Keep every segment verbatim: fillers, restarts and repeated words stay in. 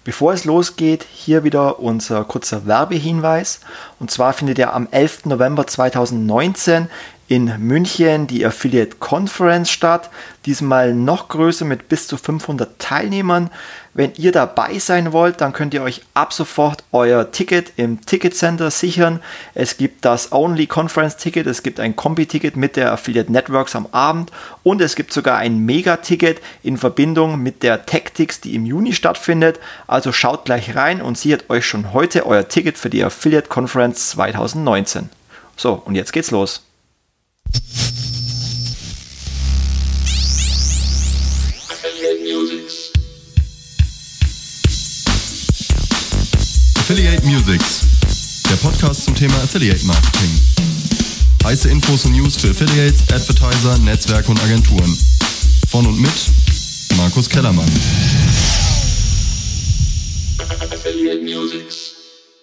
Bevor es losgeht, hier wieder unser kurzer Werbehinweis. Und zwar findet ja am elften November zweitausendneunzehn in München die Affiliate Conference statt. Diesmal noch größer mit bis zu fünfhundert Teilnehmern. Wenn ihr dabei sein wollt, dann könnt ihr euch ab sofort euer Ticket im Ticketcenter sichern. Es gibt das Only Conference Ticket, es gibt ein Kombi-Ticket mit der Affiliate Networks am Abend und es gibt sogar ein Mega-Ticket in Verbindung mit der Tactics, die im Juni stattfindet. Also schaut gleich rein und sichert euch schon heute euer Ticket für die Affiliate Conference zweitausendneunzehn. So, und jetzt geht's los. Affiliate Musics, der Podcast zum Thema Affiliate Marketing. Heiße Infos und News für Affiliates, Advertiser, Netzwerke und Agenturen. Von und mit Markus Kellermann. Affiliate Musics.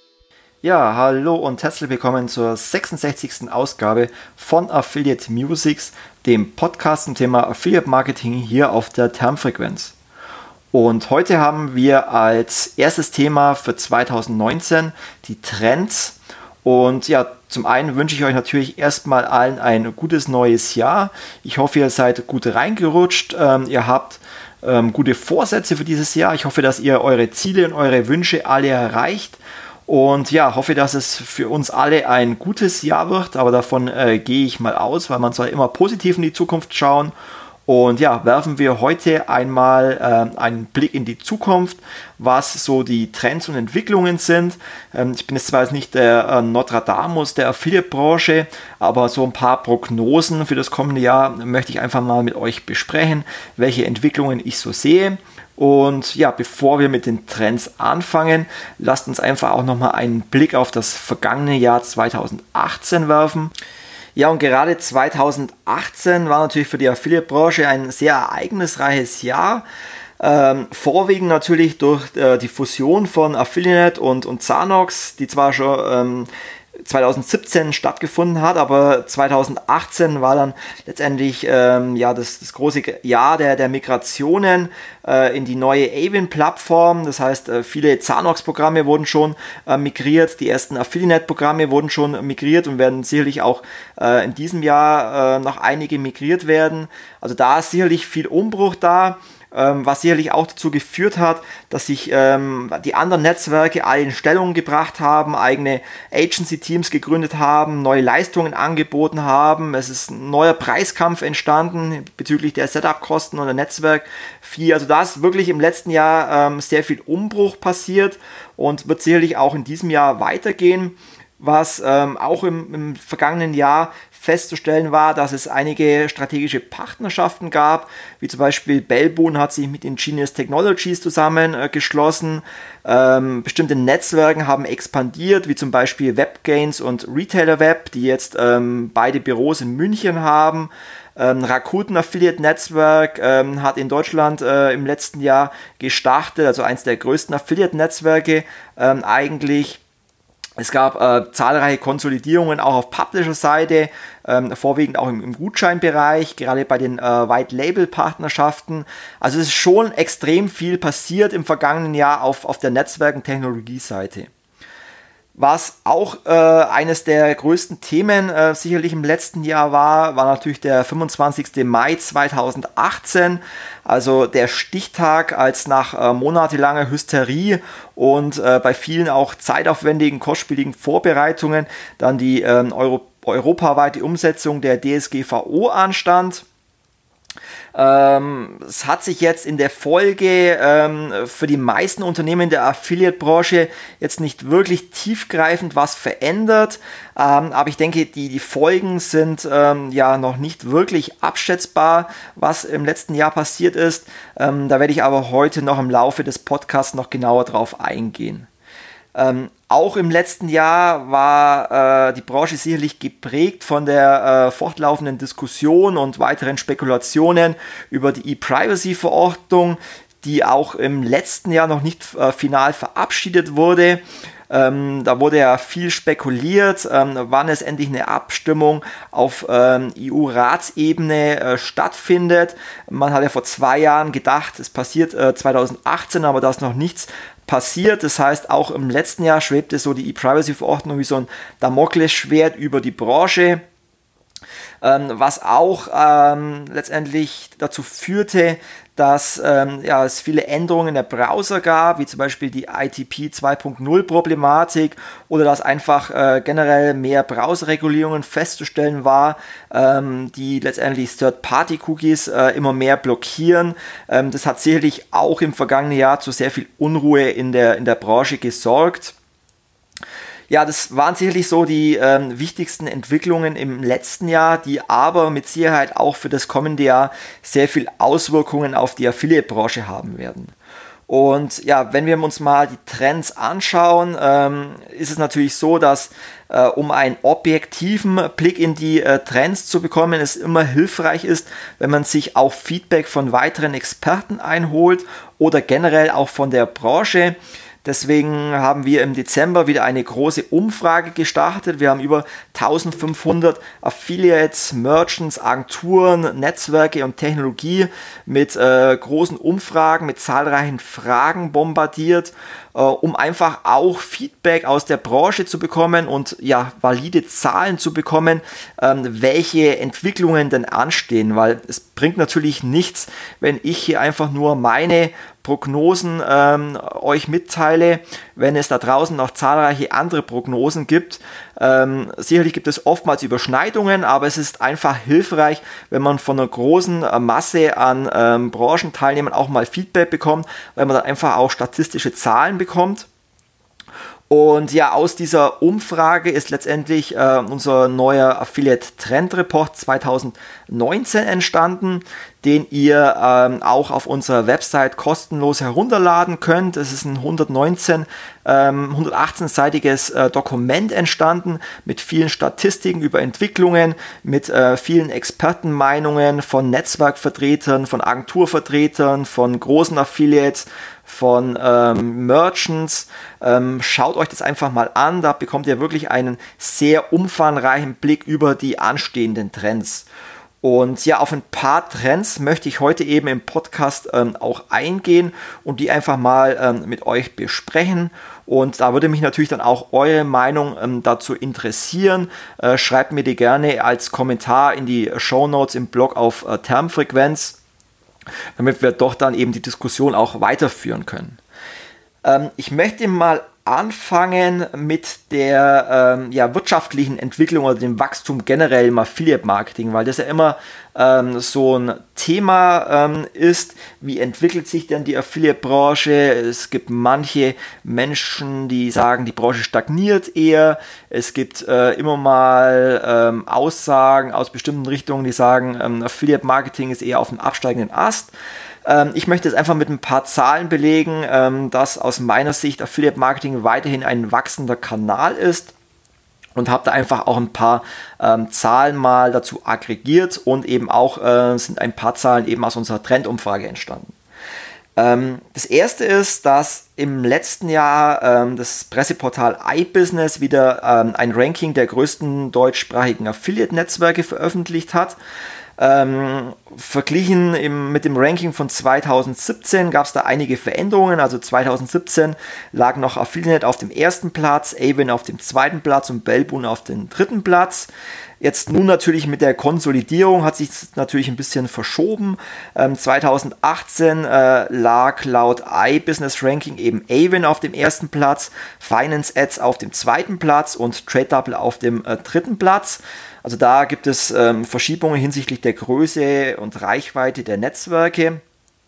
Ja, hallo und herzlich willkommen zur sechsundsechzigsten Ausgabe von Affiliate Musics, dem Podcast zum Thema Affiliate Marketing hier auf der Termfrequenz. Und heute haben wir als erstes Thema für zweitausendneunzehn die Trends. Und ja, zum einen wünsche ich euch natürlich erstmal allen ein gutes neues Jahr. Ich hoffe, ihr seid gut reingerutscht. Ähm, ihr habt ähm, gute Vorsätze für dieses Jahr. Ich hoffe, dass ihr eure Ziele und eure Wünsche alle erreicht. Und ja, hoffe, dass es für uns alle ein gutes Jahr wird. Aber davon äh, gehe ich mal aus, weil man soll immer positiv in die Zukunft schauen. Und ja, werfen wir heute einmal äh, einen Blick in die Zukunft, was so die Trends und Entwicklungen sind. Ähm, ich bin jetzt zwar jetzt nicht der äh, Nostradamus der Affiliate-Branche, aber so ein paar Prognosen für das kommende Jahr möchte ich einfach mal mit euch besprechen, welche Entwicklungen ich so sehe. Und ja, bevor wir mit den Trends anfangen, lasst uns einfach auch nochmal einen Blick auf das vergangene Jahr zweitausendachtzehn werfen. Ja, und gerade zweitausendachtzehn war natürlich für die Affiliate-Branche ein sehr ereignisreiches Jahr. Ähm, vorwiegend natürlich durch äh, die Fusion von Affiliate und, und Zanox, die zwar schon ähm, zweitausendsiebzehn stattgefunden hat, aber zweitausendachtzehn war dann letztendlich ähm, ja, das, das große Jahr der, der Migrationen äh, in die neue Avin-Plattform. Das heißt, äh, viele Zanox-Programme wurden schon äh, migriert, die ersten Affiliate-Programme wurden schon migriert und werden sicherlich auch äh, in diesem Jahr äh, noch einige migriert werden. Also da ist sicherlich viel Umbruch da. Ähm, was sicherlich auch dazu geführt hat, dass sich ähm, die anderen Netzwerke alle in Stellung gebracht haben, eigene Agency-Teams gegründet haben, neue Leistungen angeboten haben. Es ist ein neuer Preiskampf entstanden bezüglich der Setup-Kosten und der Netzwerk-Fee. Also da ist wirklich im letzten Jahr ähm, sehr viel Umbruch passiert und wird sicherlich auch in diesem Jahr weitergehen. Was ähm, auch im, im vergangenen Jahr festzustellen war, dass es einige strategische Partnerschaften gab, wie zum Beispiel Bellboon hat sich mit Ingenious Technologies zusammengeschlossen. Äh, ähm, bestimmte Netzwerke haben expandiert, wie zum Beispiel WebGains und Retailer Web, die jetzt ähm, beide Büros in München haben. Ähm, Rakuten Affiliate Network ähm, hat in Deutschland äh, im letzten Jahr gestartet, also eines der größten Affiliate-Netzwerke ähm, eigentlich. Es gab äh, zahlreiche Konsolidierungen auch auf Publisher-Seite, ähm, vorwiegend auch im, im Gutscheinbereich, gerade bei den äh, White-Label-Partnerschaften. Also es ist schon extrem viel passiert im vergangenen Jahr auf, auf der Netzwerk- und Technologie-Seite. Was auch äh, eines der größten Themen äh, sicherlich im letzten Jahr war, war natürlich der fünfundzwanzigsten Mai zweitausendachtzehn, also der Stichtag, als nach äh, monatelanger Hysterie und äh, bei vielen auch zeitaufwendigen, kostspieligen Vorbereitungen dann die äh, Euro- europaweite Umsetzung der D S G V O anstand. Ähm, es hat sich jetzt in der Folge ähm, für die meisten Unternehmen der Affiliate-Branche jetzt nicht wirklich tiefgreifend was verändert, ähm, aber ich denke, die, die Folgen sind ähm, ja noch nicht wirklich abschätzbar, was im letzten Jahr passiert ist. Ähm, da werde ich aber heute noch im Laufe des Podcasts noch genauer drauf eingehen. Ähm, auch im letzten Jahr war äh, die Branche sicherlich geprägt von der äh, fortlaufenden Diskussion und weiteren Spekulationen über die E-Privacy-Verordnung, die auch im letzten Jahr noch nicht äh, final verabschiedet wurde. Ähm, da wurde ja viel spekuliert, ähm, wann es endlich eine Abstimmung auf ähm, E U-Ratsebene äh, stattfindet. Man hat ja vor zwei Jahren gedacht, es passiert äh, zweitausendachtzehn, aber da ist noch nichts passiert. Das heißt, auch im letzten Jahr schwebte so die E-Privacy-Verordnung wie so ein Damoklesschwert über die Branche. Ähm, was auch ähm, letztendlich dazu führte, dass ähm, ja, es viele Änderungen der Browser gab, wie zum Beispiel die I T P zwei Punkt null Problematik oder dass einfach äh, generell mehr Browserregulierungen festzustellen war, ähm, die letztendlich Third-Party-Cookies äh, immer mehr blockieren. Ähm, das hat sicherlich auch im vergangenen Jahr zu sehr viel Unruhe in der, in der Branche gesorgt. Ja, das waren sicherlich so die ähm, wichtigsten Entwicklungen im letzten Jahr, die aber mit Sicherheit auch für das kommende Jahr sehr viel Auswirkungen auf die Affiliate-Branche haben werden. Und ja, wenn wir uns mal die Trends anschauen, ähm, ist es natürlich so, dass äh, um einen objektiven Blick in die äh, Trends zu bekommen, es immer hilfreich ist, wenn man sich auch Feedback von weiteren Experten einholt oder generell auch von der Branche. Deswegen haben wir im Dezember wieder eine große Umfrage gestartet. Wir haben über eintausendfünfhundert Affiliates, Merchants, Agenturen, Netzwerke und Technologie mit äh, großen Umfragen, mit zahlreichen Fragen bombardiert, äh, um einfach auch Feedback aus der Branche zu bekommen und ja, valide Zahlen zu bekommen, ähm, welche Entwicklungen denn anstehen, weil es bringt natürlich nichts, wenn ich hier einfach nur meine Prognosen ähm, euch mitteile, wenn es da draußen noch zahlreiche andere Prognosen gibt. Ähm, sicherlich gibt es oftmals Überschneidungen, aber es ist einfach hilfreich, wenn man von einer großen äh, Masse an ähm, Branchenteilnehmern auch mal Feedback bekommt, weil man dann einfach auch statistische Zahlen bekommt. Und ja, aus dieser Umfrage ist letztendlich äh, unser neuer Affiliate Trend Report zweitausendneunzehn entstanden, den ihr ähm, auch auf unserer Website kostenlos herunterladen könnt. Es ist ein hundertneunzehn, ähm, hundertachtzehn-seitiges äh, Dokument entstanden mit vielen Statistiken über Entwicklungen, mit äh, vielen Expertenmeinungen von Netzwerkvertretern, von Agenturvertretern, von großen Affiliates, von ähm, Merchants. Ähm, schaut euch das einfach mal an, da bekommt ihr wirklich einen sehr umfangreichen Blick über die anstehenden Trends. Und ja, auf ein paar Trends möchte ich heute eben im Podcast ähm, auch eingehen und die einfach mal ähm, mit euch besprechen. Und da würde mich natürlich dann auch eure Meinung ähm, dazu interessieren. Äh, schreibt mir die gerne als Kommentar in die Shownotes im Blog auf äh, Termfrequenz, damit wir doch dann eben die Diskussion auch weiterführen können. Ähm, ich möchte mal anfangen mit der ähm, ja, wirtschaftlichen Entwicklung oder dem Wachstum generell im Affiliate-Marketing, weil das ja immer ähm, so ein Thema ähm, ist, wie entwickelt sich denn die Affiliate-Branche. Es gibt manche Menschen, die sagen, die Branche stagniert eher. Es gibt äh, immer mal ähm, Aussagen aus bestimmten Richtungen, die sagen, ähm, Affiliate-Marketing ist eher auf dem absteigenden Ast. Ich möchte es einfach mit ein paar Zahlen belegen, dass aus meiner Sicht Affiliate Marketing weiterhin ein wachsender Kanal ist und habe da einfach auch ein paar ähm, Zahlen mal dazu aggregiert und eben auch äh, sind ein paar Zahlen eben aus unserer Trendumfrage entstanden. Ähm, das erste ist, dass im letzten Jahr ähm, das Presseportal iBusiness wieder ähm, ein Ranking der größten deutschsprachigen Affiliate-Netzwerke veröffentlicht hat. Ähm, verglichen im, mit dem Ranking von zweitausendsiebzehn gab es da einige Veränderungen. Also zweitausendsiebzehn lag noch Affiliate auf dem ersten Platz, Avon auf dem zweiten Platz und Belboon auf dem dritten Platz. Jetzt nun natürlich mit der Konsolidierung hat sich das natürlich ein bisschen verschoben. Ähm, zweitausendachtzehn äh, lag laut iBusiness Ranking eben Avon auf dem ersten Platz, Finance Ads auf dem zweiten Platz und TradeDouble auf dem äh, dritten Platz. Also da gibt es ähm, Verschiebungen hinsichtlich der Größe und Reichweite der Netzwerke.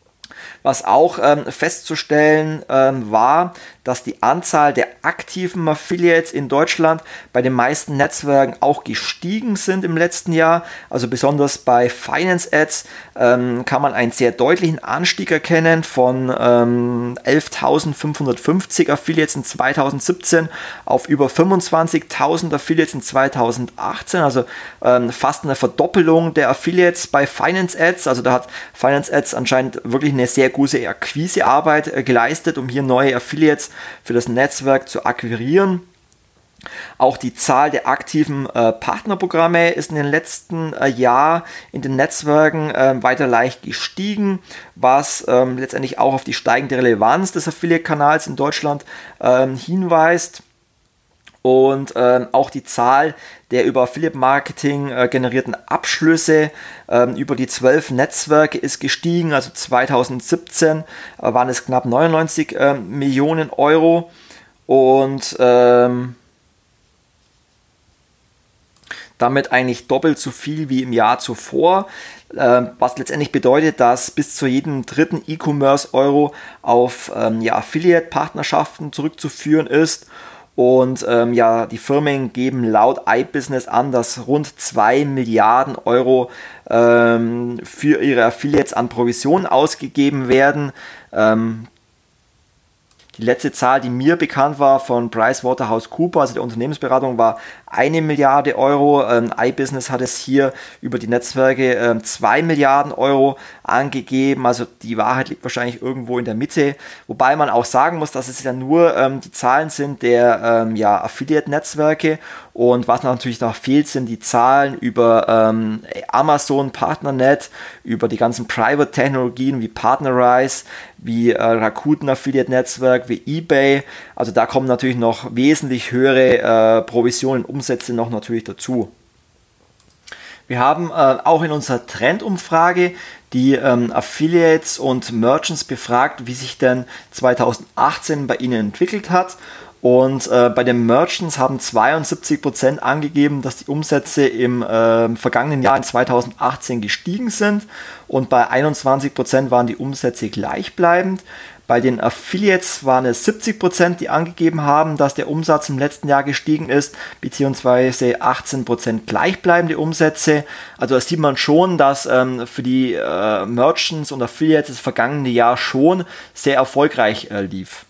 Was auch ähm, festzustellen ähm, war, dass die Anzahl der aktiven Affiliates in Deutschland bei den meisten Netzwerken auch gestiegen sind im letzten Jahr. Also besonders bei Finance Ads ähm, kann man einen sehr deutlichen Anstieg erkennen von ähm, elftausendfünfhundertfünfzig Affiliates in zweitausendsiebzehn auf über fünfundzwanzigtausend Affiliates in zweitausendachtzehn. Also ähm, fast eine Verdoppelung der Affiliates bei Finance Ads. Also da hat Finance Ads anscheinend wirklich eine sehr gute Akquisearbeit äh, geleistet, um hier neue Affiliates für das Netzwerk zu akquirieren. Auch die Zahl der aktiven äh, Partnerprogramme ist in den letzten äh, Jahren in den Netzwerken äh, weiter leicht gestiegen, was ähm, letztendlich auch auf die steigende Relevanz des Affiliate-Kanals in Deutschland ähm, hinweist. Und ähm, auch die Zahl der über Affiliate-Marketing äh, generierten Abschlüsse ähm, über die zwölf Netzwerke ist gestiegen. Also zweitausendsiebzehn äh, waren es knapp neunundneunzig äh, Millionen Euro. Und ähm, damit eigentlich doppelt so viel wie im Jahr zuvor, äh, was letztendlich bedeutet, dass bis zu jedem dritten E-Commerce-Euro auf ähm, ja, Affiliate-Partnerschaften zurückzuführen ist. Und ähm, ja, die Firmen geben laut iBusiness an, dass rund zwei Milliarden Euro ähm, für ihre Affiliates an Provisionen ausgegeben werden. Ähm, Die letzte Zahl, die mir bekannt war von PricewaterhouseCoopers, also der Unternehmensberatung, war eine Milliarde Euro. Ähm, iBusiness hat es hier über die Netzwerke ähm, zwei Milliarden Euro angegeben. Also die Wahrheit liegt wahrscheinlich irgendwo in der Mitte. Wobei man auch sagen muss, dass es ja nur ähm, die Zahlen sind der ähm, ja, Affiliate-Netzwerke. Und was natürlich noch fehlt, sind die Zahlen über ähm, Amazon, PartnerNet, über die ganzen Private-Technologien wie Partnerize, wie äh, Rakuten Affiliate-Netzwerk, wie eBay. Also da kommen natürlich noch wesentlich höhere äh, Provisionen, Umsätze noch natürlich dazu. Wir haben äh, auch in unserer Trendumfrage die ähm, Affiliates und Merchants befragt, wie sich denn zweitausendachtzehn bei ihnen entwickelt hat. Und äh, bei den Merchants haben zweiundsiebzig Prozent angegeben, dass die Umsätze im äh, vergangenen Jahr in zweitausendachtzehn gestiegen sind, und bei einundzwanzig Prozent waren die Umsätze gleichbleibend. Bei den Affiliates waren es siebzig Prozent, die angegeben haben, dass der Umsatz im letzten Jahr gestiegen ist, beziehungsweise achtzehn Prozent gleichbleibende Umsätze. Also da sieht man schon, dass ähm, für die äh, Merchants und Affiliates das vergangene Jahr schon sehr erfolgreich äh, lief.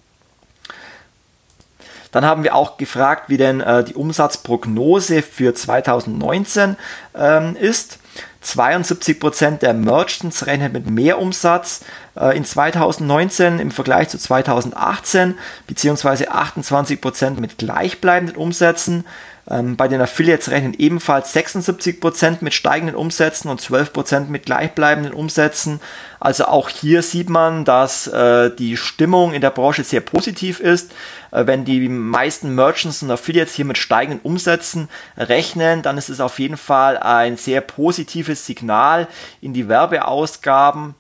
Dann haben wir auch gefragt, wie denn äh, die Umsatzprognose für zweitausendneunzehn ähm, ist. zweiundsiebzig Prozent der Merchants rechnen mit mehr Umsatz äh, in zweitausendneunzehn im Vergleich zu zweitausendachtzehn, beziehungsweise achtundzwanzig Prozent mit gleichbleibenden Umsätzen. Ähm, bei den Affiliates rechnen ebenfalls sechsundsiebzig Prozent mit steigenden Umsätzen und zwölf Prozent mit gleichbleibenden Umsätzen. Also auch hier sieht man, dass äh, die Stimmung in der Branche sehr positiv ist. Äh, wenn die meisten Merchants und Affiliates hier mit steigenden Umsätzen rechnen, dann ist es auf jeden Fall ein sehr positives Signal in die Werbeausgaben.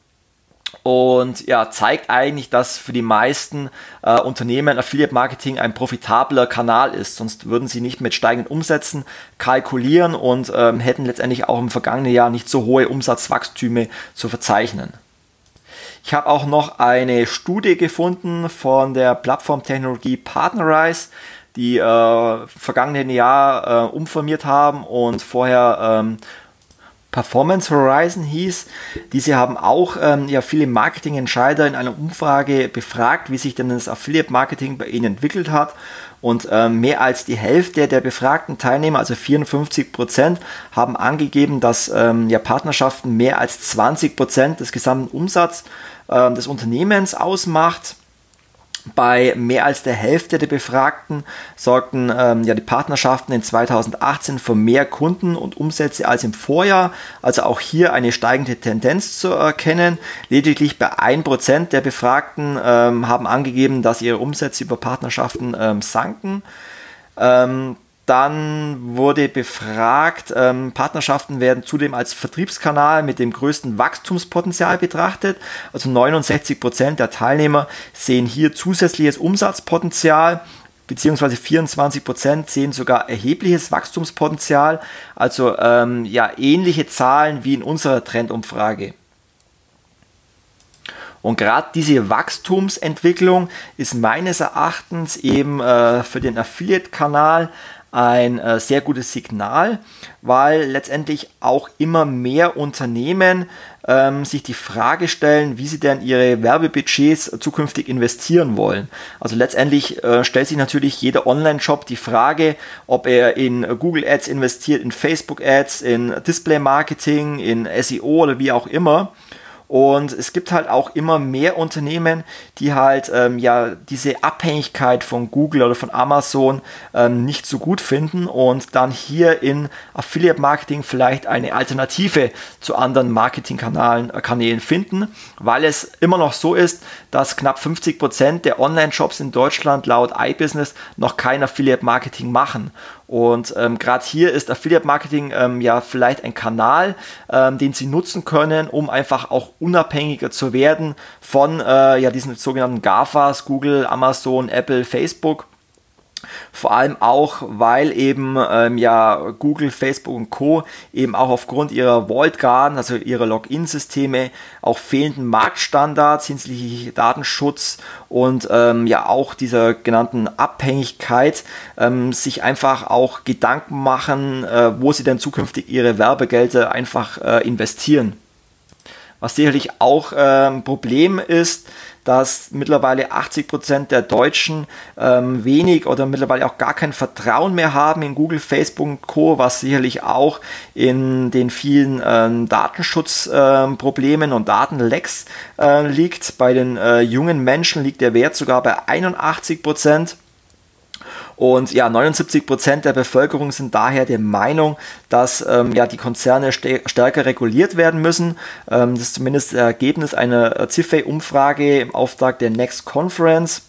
Und ja, zeigt eigentlich, dass für die meisten äh, Unternehmen Affiliate Marketing ein profitabler Kanal ist. Sonst würden sie nicht mit steigenden Umsätzen kalkulieren und ähm, hätten letztendlich auch im vergangenen Jahr nicht so hohe Umsatzwachstüme zu verzeichnen. Ich habe auch noch eine Studie gefunden von der Plattformtechnologie Partnerize, die äh, vergangenen Jahr äh, umformiert haben und vorher ähm, Performance Horizon hieß. Diese haben auch ähm, ja, viele Marketingentscheider in einer Umfrage befragt, wie sich denn das Affiliate Marketing bei ihnen entwickelt hat. Und ähm, mehr als die Hälfte der befragten Teilnehmer, also vierundfünfzig Prozent, haben angegeben, dass ähm, ja, Partnerschaften mehr als zwanzig Prozent des gesamten Umsatzes äh, des Unternehmens ausmacht. Bei mehr als der Hälfte der Befragten sorgten ähm, ja, die Partnerschaften in zweitausendachtzehn für mehr Kunden und Umsätze als im Vorjahr. Also auch hier eine steigende Tendenz zu erkennen. Lediglich bei ein Prozent der Befragten ähm, haben angegeben, dass ihre Umsätze über Partnerschaften ähm, sanken. Ähm, Dann wurde befragt, ähm, Partnerschaften werden zudem als Vertriebskanal mit dem größten Wachstumspotenzial betrachtet. Also neunundsechzig Prozent der Teilnehmer sehen hier zusätzliches Umsatzpotenzial, beziehungsweise vierundzwanzig Prozent sehen sogar erhebliches Wachstumspotenzial. Also ähm, ja, ähnliche Zahlen wie in unserer Trendumfrage. Und gerade diese Wachstumsentwicklung ist meines Erachtens eben äh, für den Affiliate-Kanal ein äh, sehr gutes Signal, weil letztendlich auch immer mehr Unternehmen ähm, sich die Frage stellen, wie sie denn ihre Werbebudgets zukünftig investieren wollen. Also letztendlich äh, stellt sich natürlich jeder Online-Shop die Frage, ob er in Google Ads investiert, in Facebook Ads, in Display-Marketing, in S E O oder wie auch immer. Und es gibt halt auch immer mehr Unternehmen, die halt ähm, ja diese Abhängigkeit von Google oder von Amazon ähm, nicht so gut finden und dann hier in Affiliate Marketing vielleicht eine Alternative zu anderen Marketingkanälen äh, Kanälen finden, weil es immer noch so ist, dass knapp fünfzig Prozent der Online-Shops in Deutschland laut iBusiness noch kein Affiliate Marketing machen. Und ähm, gerade hier ist Affiliate Marketing ähm, ja vielleicht ein Kanal, ähm, den Sie nutzen können, um einfach auch unabhängiger zu werden von äh, ja, diesen sogenannten GAFAs, Google, Amazon, Apple, Facebook. Vor allem auch, weil eben ähm, ja Google, Facebook und Co. eben auch aufgrund ihrer Walled Garden, also ihrer Login-Systeme, auch fehlenden Marktstandards hinsichtlich Datenschutz und ähm, ja auch dieser genannten Abhängigkeit ähm, sich einfach auch Gedanken machen, äh, wo sie denn zukünftig ihre Werbegelder einfach äh, investieren. Was sicherlich auch ein ähm, Problem ist, dass mittlerweile achtzig Prozent der Deutschen ähm, wenig oder mittlerweile auch gar kein Vertrauen mehr haben in Google, Facebook und Co., was sicherlich auch in den vielen ähm, Datenschutzproblemen ähm, und Datenlecks äh, liegt. Bei den äh, jungen Menschen liegt der Wert sogar bei einundachtzig Prozent. Und ja, neunundsiebzig Prozent der Bevölkerung sind daher der Meinung, dass ähm, ja, die Konzerne st- stärker reguliert werden müssen. Ähm, das ist zumindest das Ergebnis einer C I F E-Umfrage im Auftrag der Next Conference.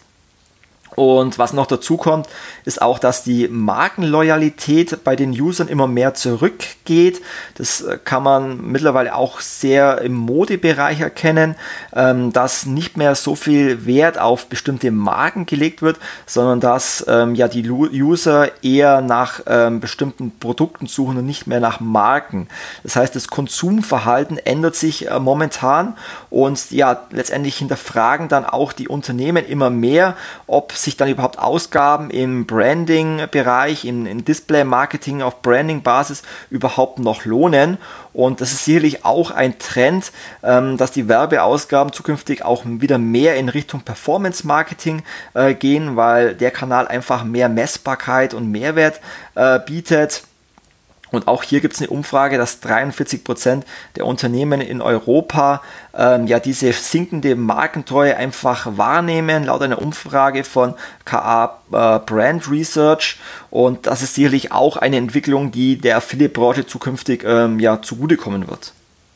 Und was noch dazu kommt, ist auch, dass die Markenloyalität bei den Usern immer mehr zurückgeht. Das kann man mittlerweile auch sehr im Modebereich erkennen, dass nicht mehr so viel Wert auf bestimmte Marken gelegt wird, sondern dass ja die User eher nach bestimmten Produkten suchen und nicht mehr nach Marken. Das heißt, das Konsumverhalten ändert sich momentan und ja, letztendlich hinterfragen dann auch die Unternehmen immer mehr, ob sich dann überhaupt Ausgaben im Branding-Bereich, in, in Display-Marketing auf Branding-Basis überhaupt noch lohnen. Und das ist sicherlich auch ein Trend, ähm, dass die Werbeausgaben zukünftig auch wieder mehr in Richtung Performance-Marketing äh, gehen, weil der Kanal einfach mehr Messbarkeit und Mehrwert äh, bietet. Und auch hier gibt es eine Umfrage, dass dreiundvierzig Prozent der Unternehmen in Europa ähm, ja diese sinkende Markentreue einfach wahrnehmen, laut einer Umfrage von K A äh, Brand Research. Und das ist sicherlich auch eine Entwicklung, die der Affiliate-Branche zukünftig ähm, ja, zugutekommen wird.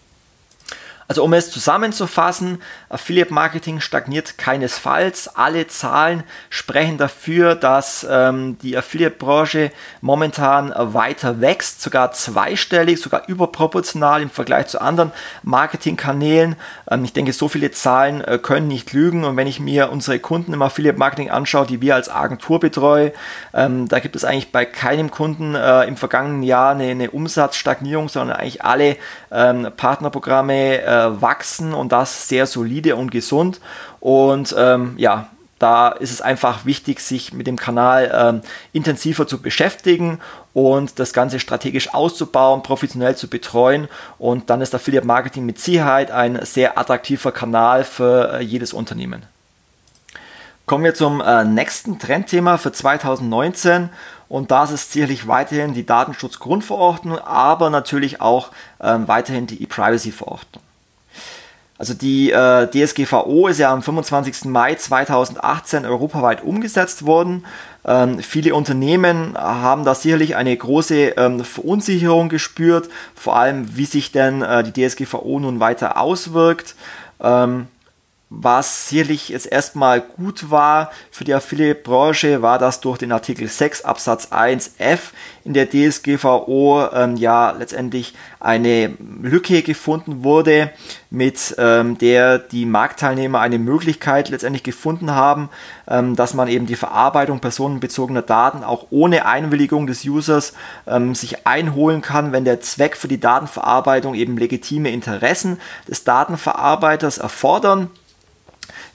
Also um es zusammenzufassen, Affiliate Marketing stagniert keinesfalls. Alle Zahlen sprechen dafür, dass ähm, die Affiliate-Branche momentan weiter wächst, sogar zweistellig, sogar überproportional im Vergleich zu anderen Marketingkanälen. Ähm, ich denke, so viele Zahlen äh, können nicht lügen. Und wenn ich mir unsere Kunden im Affiliate Marketing anschaue, die wir als Agentur betreuen, ähm, da gibt es eigentlich bei keinem Kunden äh, im vergangenen Jahr eine, eine Umsatzstagnierung, sondern eigentlich alle ähm, Partnerprogramme äh, wachsen und das sehr solide und gesund. Und ähm, ja, da ist es einfach wichtig, sich mit dem Kanal ähm, intensiver zu beschäftigen und das Ganze strategisch auszubauen, professionell zu betreuen. Und dann ist Affiliate Marketing mit Sicherheit ein sehr attraktiver Kanal für äh, jedes Unternehmen. Kommen wir zum äh, nächsten Trendthema für zweitausendneunzehn. Und das ist sicherlich weiterhin die Datenschutzgrundverordnung, aber natürlich auch ähm, weiterhin die E-Privacy-Verordnung. Also die äh, D S G V O ist ja am fünfundzwanzigsten Mai zweitausendachtzehn europaweit umgesetzt worden. Ähm, viele Unternehmen haben da sicherlich eine große ähm, Verunsicherung gespürt, vor allem wie sich denn äh, die D S G V O nun weiter auswirkt. Ähm, Was sicherlich jetzt erstmal gut war für die Affiliate-Branche, war, dass durch den Artikel sechs Absatz eins F in der D S G V O ähm, ja letztendlich eine Lücke gefunden wurde, mit ähm, der die Marktteilnehmer eine Möglichkeit letztendlich gefunden haben, ähm, dass man eben die Verarbeitung personenbezogener Daten auch ohne Einwilligung des Users ähm, sich einholen kann, wenn der Zweck für die Datenverarbeitung eben legitime Interessen des Datenverarbeiters erfordern.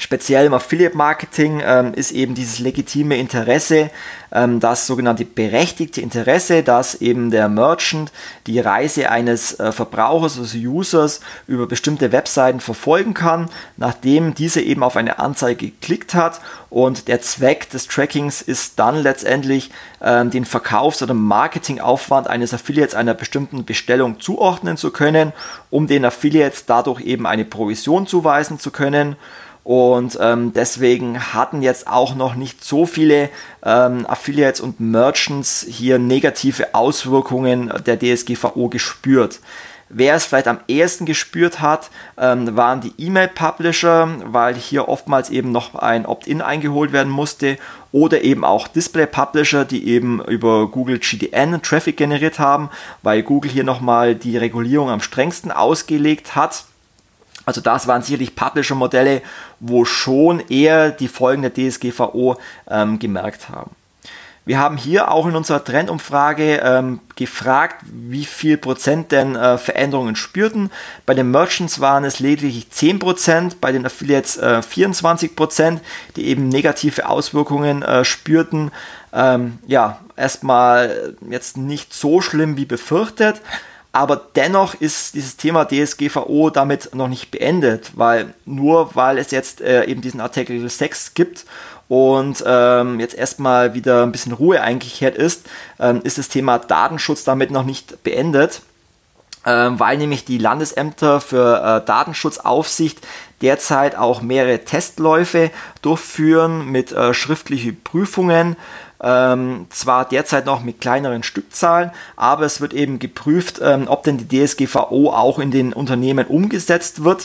Speziell im Affiliate-Marketing ähm, ist eben dieses legitime Interesse, ähm, das sogenannte berechtigte Interesse, dass eben der Merchant die Reise eines äh, Verbrauchers, also Users, über bestimmte Webseiten verfolgen kann, nachdem dieser eben auf eine Anzeige geklickt hat. Und der Zweck des Trackings ist dann letztendlich ähm, den Verkaufs- oder Marketingaufwand eines Affiliates einer bestimmten Bestellung zuordnen zu können, um den Affiliates dadurch eben eine Provision zuweisen zu können. Und ähm, deswegen hatten jetzt auch noch nicht so viele ähm, Affiliates und Merchants hier negative Auswirkungen der D S G V O gespürt. Wer es vielleicht am ehesten gespürt hat, ähm, waren die E-Mail-Publisher, weil hier oftmals eben noch ein Opt-in eingeholt werden musste, oder eben auch Display-Publisher, die eben über Google G D N Traffic generiert haben, weil Google hier nochmal die Regulierung am strengsten ausgelegt hat. Also das waren sicherlich Publisher-Modelle, wo schon eher die Folgen der D S G V O ähm, gemerkt haben. Wir haben hier auch in unserer Trendumfrage ähm, gefragt, wie viel Prozent denn äh, Veränderungen spürten. Bei den Merchants waren es lediglich zehn Prozent, bei den Affiliates äh, vierundzwanzig Prozent, die eben negative Auswirkungen äh, spürten. Ähm, ja, erstmal jetzt nicht so schlimm wie befürchtet. Aber dennoch ist dieses Thema D S G V O damit noch nicht beendet, weil nur weil es jetzt äh, eben diesen Artikel sechs gibt und ähm, jetzt erstmal wieder ein bisschen Ruhe eingekehrt ist, ähm, ist das Thema Datenschutz damit noch nicht beendet, ähm, weil nämlich die Landesämter für äh, Datenschutzaufsicht derzeit auch mehrere Testläufe durchführen mit äh, schriftlichen Prüfungen. Ähm, zwar derzeit noch mit kleineren Stückzahlen, aber es wird eben geprüft, ähm, ob denn die D S G V O auch in den Unternehmen umgesetzt wird,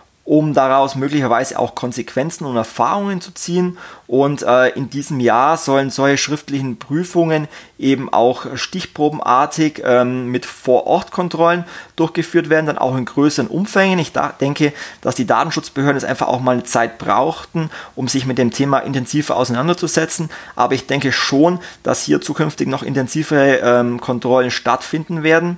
um daraus möglicherweise auch Konsequenzen und Erfahrungen zu ziehen. Und äh, in diesem Jahr sollen solche schriftlichen Prüfungen eben auch stichprobenartig ähm, mit Vor-Ort-Kontrollen durchgeführt werden, dann auch in größeren Umfängen. Ich da, denke, dass die Datenschutzbehörden es einfach auch mal eine Zeit brauchten, um sich mit dem Thema intensiver auseinanderzusetzen. Aber ich denke schon, dass hier zukünftig noch intensivere ähm, Kontrollen stattfinden werden.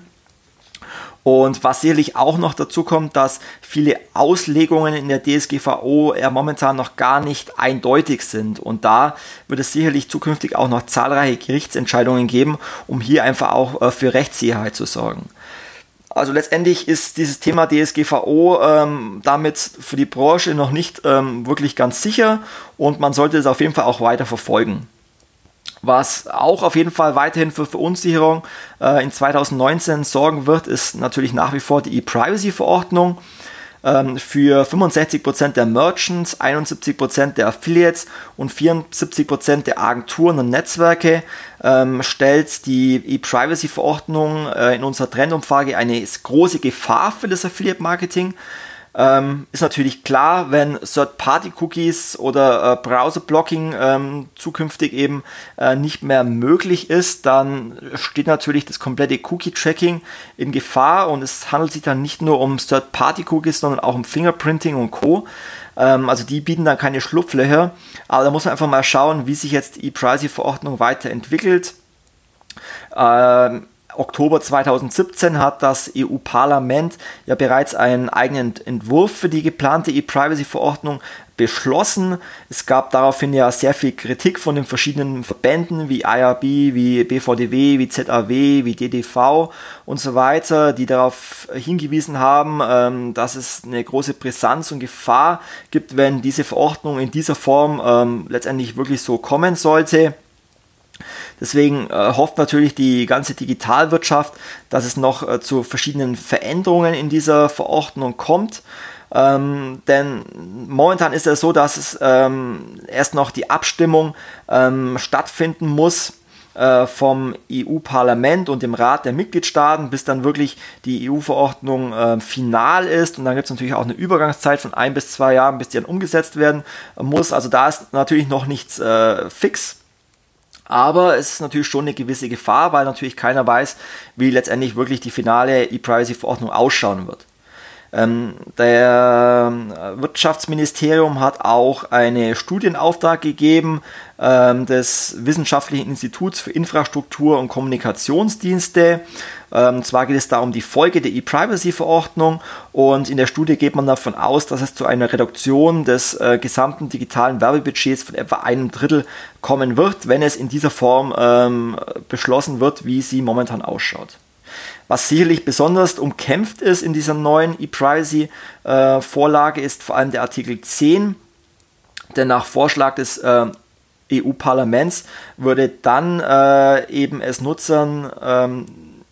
Und was sicherlich auch noch dazu kommt, dass viele Auslegungen in der D S G V O ja momentan noch gar nicht eindeutig sind. Und da wird es sicherlich zukünftig auch noch zahlreiche Gerichtsentscheidungen geben, um hier einfach auch äh, für Rechtssicherheit zu sorgen. Also letztendlich ist dieses Thema D S G V O ähm, damit für die Branche noch nicht ähm, wirklich ganz sicher und man sollte es auf jeden Fall auch weiter verfolgen. Was auch auf jeden Fall weiterhin für Verunsicherung äh, in zwanzig neunzehn sorgen wird, ist natürlich nach wie vor die E-Privacy-Verordnung. Ähm, für fünfundsechzig Prozent der Merchants, einundsiebzig Prozent der Affiliates und vierundsiebzig Prozent der Agenturen und Netzwerke ähm, stellt die E-Privacy-Verordnung äh, in unserer Trendumfrage eine große Gefahr für das Affiliate-Marketing. Ähm, ist natürlich klar, wenn Third-Party-Cookies oder äh, Browser-Blocking ähm, zukünftig eben äh, nicht mehr möglich ist, dann steht natürlich das komplette Cookie-Tracking in Gefahr und es handelt sich dann nicht nur um Third-Party-Cookies, sondern auch um Fingerprinting und Co. Ähm, also die bieten dann keine Schlupflöcher, aber da muss man einfach mal schauen, wie sich jetzt die E-Privacy-Verordnung weiterentwickelt. Ähm, Oktober zweitausendsiebzehn hat das E U-Parlament ja bereits einen eigenen Entwurf für die geplante E-Privacy-Verordnung beschlossen. Es gab daraufhin ja sehr viel Kritik von den verschiedenen Verbänden wie I R B, wie B V D W, wie Z A W, wie D D V und so weiter, die darauf hingewiesen haben, dass es eine große Brisanz und Gefahr gibt, wenn diese Verordnung in dieser Form ähm, letztendlich wirklich so kommen sollte. Deswegen äh, hofft natürlich die ganze Digitalwirtschaft, dass es noch äh, zu verschiedenen Veränderungen in dieser Verordnung kommt. Ähm, denn momentan ist es so, dass es ähm, erst noch die Abstimmung ähm, stattfinden muss äh, vom E U-Parlament und dem Rat der Mitgliedstaaten, bis dann wirklich die E U-Verordnung äh, final ist. Und dann gibt es natürlich auch eine Übergangszeit von ein bis zwei Jahren, bis die dann umgesetzt werden muss. Also da ist natürlich noch nichts äh, fix. Aber es ist natürlich schon eine gewisse Gefahr, weil natürlich keiner weiß, wie letztendlich wirklich die finale E-Privacy-Verordnung ausschauen wird. Ähm, der Wirtschaftsministerium hat auch einen Studienauftrag gegeben ähm, des Wissenschaftlichen Instituts für Infrastruktur und Kommunikationsdienste. Ähm, zwar geht es da um die Folge der E-Privacy-Verordnung und in der Studie geht man davon aus, dass es zu einer Reduktion des äh, gesamten digitalen Werbebudgets von etwa einem Drittel kommen wird, wenn es in dieser Form ähm, beschlossen wird, wie sie momentan ausschaut. Was sicherlich besonders umkämpft ist in dieser neuen E-Privacy-Vorlage, ist vor allem der Artikel zehn, denn nach Vorschlag des äh, E U-Parlaments würde dann äh, eben es Nutzern ähm,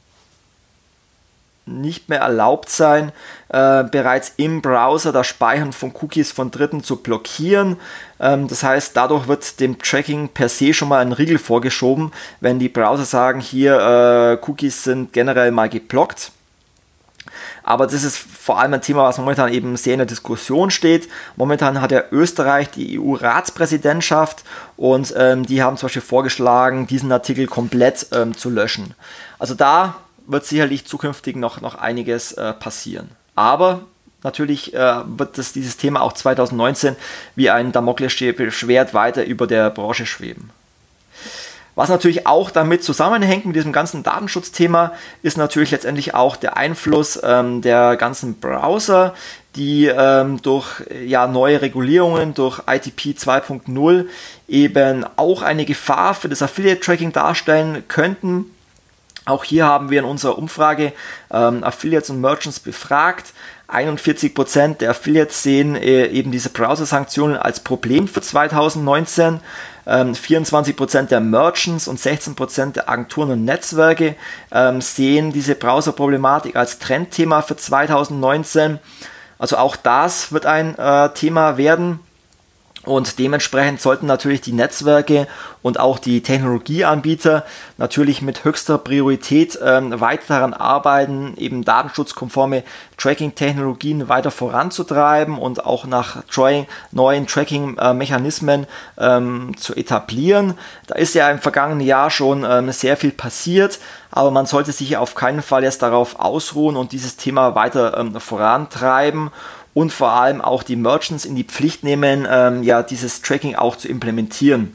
nicht mehr erlaubt sein, äh, bereits im Browser das Speichern von Cookies von Dritten zu blockieren. Ähm, das heißt, dadurch wird dem Tracking per se schon mal ein Riegel vorgeschoben, wenn die Browser sagen, hier äh, Cookies sind generell mal geblockt. Aber das ist vor allem ein Thema, was momentan eben sehr in der Diskussion steht. Momentan hat ja Österreich die E U-Ratspräsidentschaft und ähm, die haben zum Beispiel vorgeschlagen, diesen Artikel komplett ähm, zu löschen. Also da wird sicherlich zukünftig noch, noch einiges äh, passieren. Aber natürlich äh, wird das, dieses Thema auch zwanzig neunzehn wie ein Damoklesschwert weiter über der Branche schweben. Was natürlich auch damit zusammenhängt mit diesem ganzen Datenschutzthema, ist natürlich letztendlich auch der Einfluss ähm, der ganzen Browser, die ähm, durch ja, neue Regulierungen, durch I T P zwei Punkt null eben auch eine Gefahr für das Affiliate-Tracking darstellen könnten. Auch hier haben wir in unserer Umfrage ähm, Affiliates und Merchants befragt. einundvierzig Prozent der Affiliates sehen äh, eben diese Browser-Sanktionen als Problem für zwanzig neunzehn. Ähm, vierundzwanzig Prozent der Merchants und sechzehn Prozent der Agenturen und Netzwerke ähm, sehen diese Browser-Problematik als Trendthema für zwanzig neunzehn. Also auch das wird ein äh, Thema werden. Und dementsprechend sollten natürlich die Netzwerke und auch die Technologieanbieter natürlich mit höchster Priorität ähm, weiter daran arbeiten, eben datenschutzkonforme Tracking-Technologien weiter voranzutreiben und auch nach Tra- neuen Tracking-Mechanismen ähm, zu etablieren. Da ist ja im vergangenen Jahr schon ähm, sehr viel passiert, aber man sollte sich auf keinen Fall jetzt darauf ausruhen und dieses Thema weiter ähm, vorantreiben. Und vor allem auch die Merchants in die Pflicht nehmen, ähm, ja, dieses Tracking auch zu implementieren.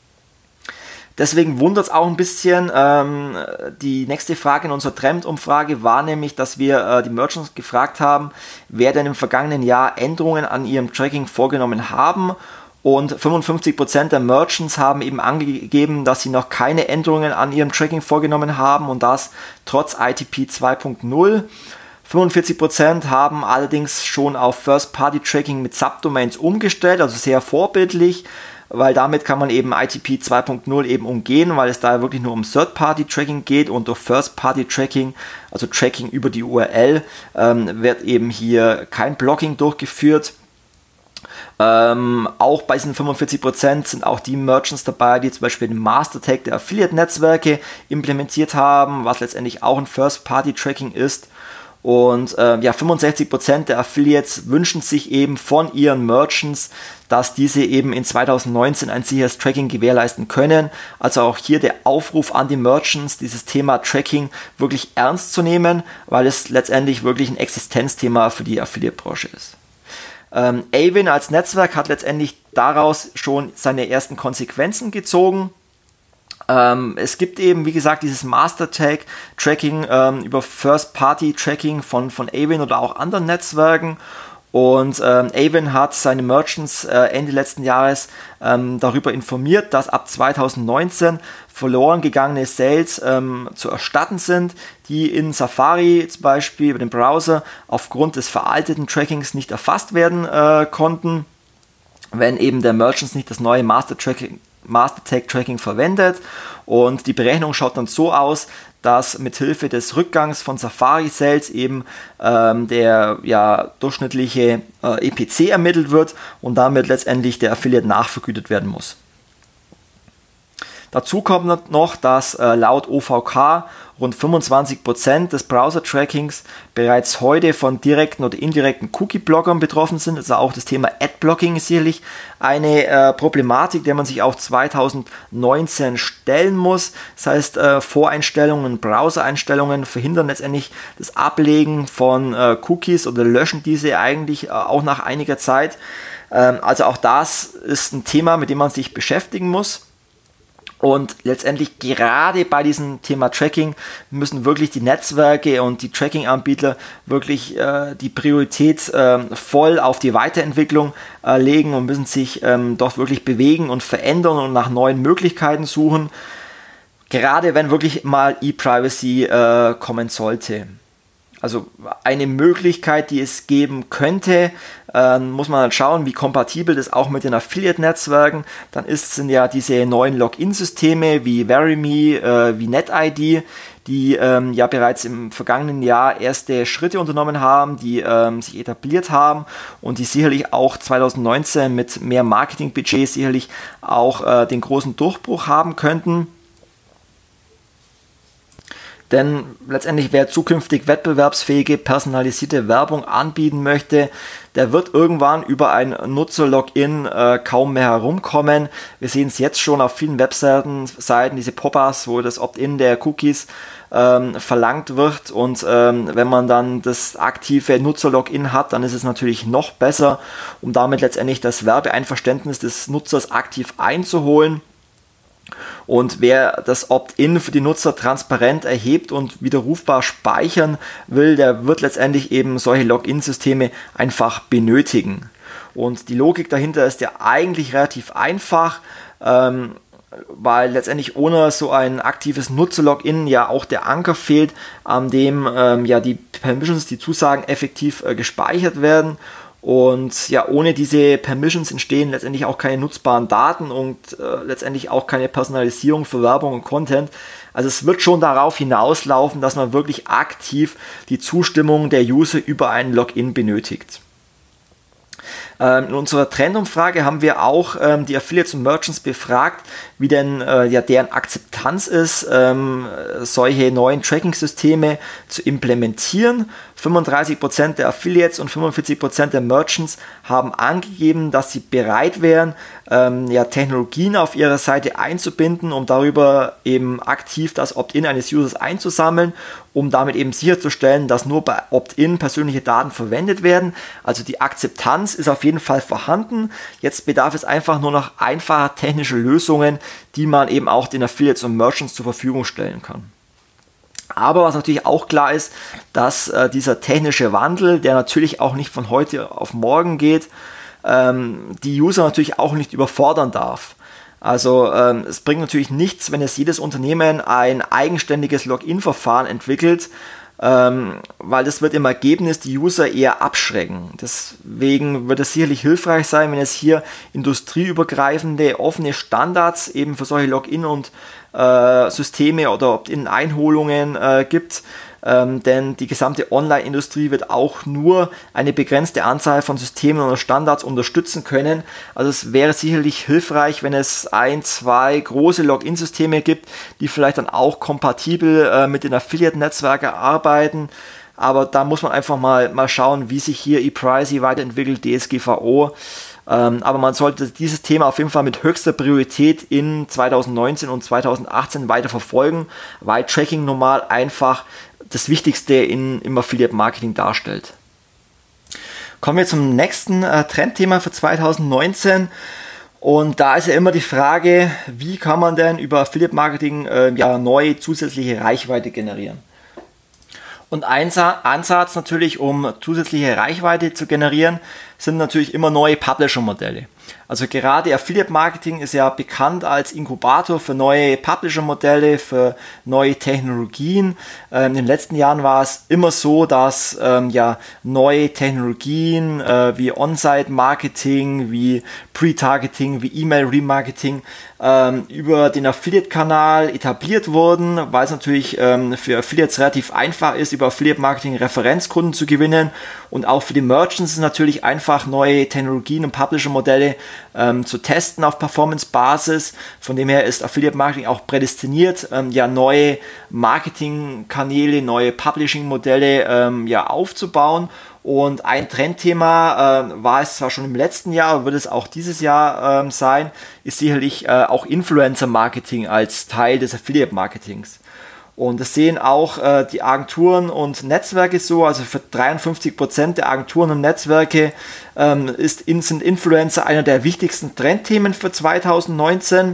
Deswegen wundert es auch ein bisschen, ähm, die nächste Frage in unserer Trend-Umfrage war nämlich, dass wir äh, die Merchants gefragt haben, wer denn im vergangenen Jahr Änderungen an ihrem Tracking vorgenommen haben. Und fünfundfünfzig Prozent der Merchants haben eben angegeben, dass sie noch keine Änderungen an ihrem Tracking vorgenommen haben und das trotz I T P zwei Punkt null. fünfundvierzig Prozent haben allerdings schon auf First-Party-Tracking mit Subdomains umgestellt, also sehr vorbildlich, weil damit kann man eben I T P zwei Punkt null eben umgehen, weil es da wirklich nur um Third-Party-Tracking geht und durch First-Party-Tracking, also Tracking über die U R L, ähm, wird eben hier kein Blocking durchgeführt. Ähm, auch bei diesen fünfundvierzig Prozent sind auch die Merchants dabei, die zum Beispiel den Master-Tag der Affiliate-Netzwerke implementiert haben, was letztendlich auch ein First-Party-Tracking ist. Und äh, ja, fünfundsechzig Prozent der Affiliates wünschen sich eben von ihren Merchants, dass diese eben in zwanzig neunzehn ein sicheres Tracking gewährleisten können. Also auch hier der Aufruf an die Merchants, dieses Thema Tracking wirklich ernst zu nehmen, weil es letztendlich wirklich ein Existenzthema für die Affiliate-Branche ist. Ähm, Avin als Netzwerk hat letztendlich daraus schon seine ersten Konsequenzen gezogen. Ähm, es gibt eben, wie gesagt, dieses Master-Tag-Tracking ähm, über First-Party-Tracking von, von Avin oder auch anderen Netzwerken. Und ähm, Avin hat seine Merchants äh, Ende letzten Jahres ähm, darüber informiert, dass ab zwanzig neunzehn verloren gegangene Sales ähm, zu erstatten sind, die in Safari zum Beispiel über den Browser aufgrund des veralteten Trackings nicht erfasst werden äh, konnten, wenn eben der Merchants nicht das neue Master-Tracking Master-Tag-Tracking verwendet, und die Berechnung schaut dann so aus, dass mithilfe des Rückgangs von Safari-Sales eben ähm, der ja, durchschnittliche äh, E P C ermittelt wird und damit letztendlich der Affiliate nachvergütet werden muss. Dazu kommt noch, dass äh, laut O V K rund fünfundzwanzig Prozent des Browser-Trackings bereits heute von direkten oder indirekten Cookie-Blockern betroffen sind. Also auch das Thema Ad-Blocking ist sicherlich eine äh, Problematik, der man sich auch zweitausendneunzehn stellen muss. Das heißt, äh, Voreinstellungen, Browser-Einstellungen verhindern letztendlich das Ablegen von äh, Cookies oder löschen diese eigentlich äh, auch nach einiger Zeit. Ähm, also auch das ist ein Thema, mit dem man sich beschäftigen muss. Und letztendlich gerade bei diesem Thema Tracking müssen wirklich die Netzwerke und die Tracking-Anbieter wirklich äh, die Priorität äh, voll auf die Weiterentwicklung äh, legen und müssen sich ähm, dort wirklich bewegen und verändern und nach neuen Möglichkeiten suchen. Gerade wenn wirklich mal E-Privacy äh, kommen sollte. Also eine Möglichkeit, die es geben könnte, äh, muss man halt schauen, wie kompatibel das auch mit den Affiliate-Netzwerken dann ist, sind ja diese neuen Login-Systeme wie Verime, äh, wie NetID, die ähm, ja bereits im vergangenen Jahr erste Schritte unternommen haben, die ähm, sich etabliert haben und die sicherlich auch zweitausendneunzehn mit mehr Marketingbudget sicherlich auch äh, den großen Durchbruch haben könnten. Denn letztendlich, wer zukünftig wettbewerbsfähige, personalisierte Werbung anbieten möchte, der wird irgendwann über ein Nutzer-Login äh, kaum mehr herumkommen. Wir sehen es jetzt schon auf vielen Webseiten, Seiten, diese Pop-ups, wo das Opt-in der Cookies ähm, verlangt wird. Und ähm, wenn man dann das aktive Nutzer-Login hat, dann ist es natürlich noch besser, um damit letztendlich das Werbeeinverständnis des Nutzers aktiv einzuholen. Und wer das Opt-in für die Nutzer transparent erhebt und widerrufbar speichern will, der wird letztendlich eben solche Login-Systeme einfach benötigen. Und die Logik dahinter ist ja eigentlich relativ einfach, ähm, weil letztendlich ohne so ein aktives Nutzer-Login ja auch der Anker fehlt, an dem ähm, ja die Permissions, die Zusagen effektiv äh, gespeichert werden. Und ja, ohne diese Permissions entstehen letztendlich auch keine nutzbaren Daten und äh, letztendlich auch keine Personalisierung für Werbung und Content. Also es wird schon darauf hinauslaufen, dass man wirklich aktiv die Zustimmung der User über einen Login benötigt. Ähm, in unserer Trendumfrage haben wir auch ähm, die Affiliates und Merchants befragt, wie denn äh, ja, deren Akzeptanz ist, ähm, solche neuen Tracking-Systeme zu implementieren. fünfunddreißig Prozent der Affiliates und fünfundvierzig Prozent der Merchants haben angegeben, dass sie bereit wären, ähm, ja, Technologien auf ihrer Seite einzubinden, um darüber eben aktiv das Opt-in eines Users einzusammeln, um damit eben sicherzustellen, dass nur bei Opt-in persönliche Daten verwendet werden. Also die Akzeptanz ist auf jeden Fall vorhanden. Jetzt bedarf es einfach nur noch einfacher technischer Lösungen, die man eben auch den Affiliates und Merchants zur Verfügung stellen kann. Aber was natürlich auch klar ist, dass äh, dieser technische Wandel, der natürlich auch nicht von heute auf morgen geht, ähm, die User natürlich auch nicht überfordern darf. Also ähm, es bringt natürlich nichts, wenn es jedes Unternehmen ein eigenständiges Login-Verfahren entwickelt, ähm, weil das wird im Ergebnis die User eher abschrecken. Deswegen wird es sicherlich hilfreich sein, wenn es hier industrieübergreifende offene Standards eben für solche Login- und äh, Systeme oder Opt-in-Einholungen äh, gibt. Ähm, denn die gesamte Online-Industrie wird auch nur eine begrenzte Anzahl von Systemen oder Standards unterstützen können. Also es wäre sicherlich hilfreich, wenn es ein, zwei große Login-Systeme gibt, die vielleicht dann auch kompatibel äh, mit den Affiliate-Netzwerken arbeiten. Aber da muss man einfach mal, mal schauen, wie sich hier ePrivacy weiterentwickelt, D S G V O. Ähm, aber man sollte dieses Thema auf jeden Fall mit höchster Priorität in zweitausendneunzehn und zweitausendachtzehn weiter verfolgen, weil Tracking normal einfach das Wichtigste in, im Affiliate-Marketing darstellt. Kommen wir zum nächsten äh, Trendthema für zweitausendneunzehn. Und da ist ja immer die Frage, wie kann man denn über Affiliate-Marketing äh, ja, neue zusätzliche Reichweite generieren? Und ein Ansatz natürlich, um zusätzliche Reichweite zu generieren, sind natürlich immer neue Publisher-Modelle. Also gerade Affiliate-Marketing ist ja bekannt als Inkubator für neue Publisher-Modelle, für neue Technologien. Ähm, in den letzten Jahren war es immer so, dass ähm, ja neue Technologien äh, wie On-Site-Marketing, wie Pre-Targeting, wie E-Mail-Remarketing ähm, über den Affiliate-Kanal etabliert wurden, weil es natürlich ähm, für Affiliates relativ einfach ist, über Affiliate-Marketing Referenzkunden zu gewinnen Und auch für die Merchants ist es natürlich einfach, neue Technologien und Publisher-Modelle ähm, zu testen auf Performance-Basis. Von dem her ist Affiliate-Marketing auch prädestiniert, ähm, ja neue Marketing-Kanäle, neue Publishing-Modelle ähm, ja aufzubauen. Und ein Trendthema äh, war es zwar schon im letzten Jahr, aber wird es auch dieses Jahr ähm, sein, ist sicherlich äh, auch Influencer-Marketing als Teil des Affiliate-Marketings. Und das sehen auch äh, die Agenturen und Netzwerke so, also für dreiundfünfzig Prozent der Agenturen und Netzwerke ähm, ist, sind Influencer einer der wichtigsten Trendthemen für zwanzig neunzehn.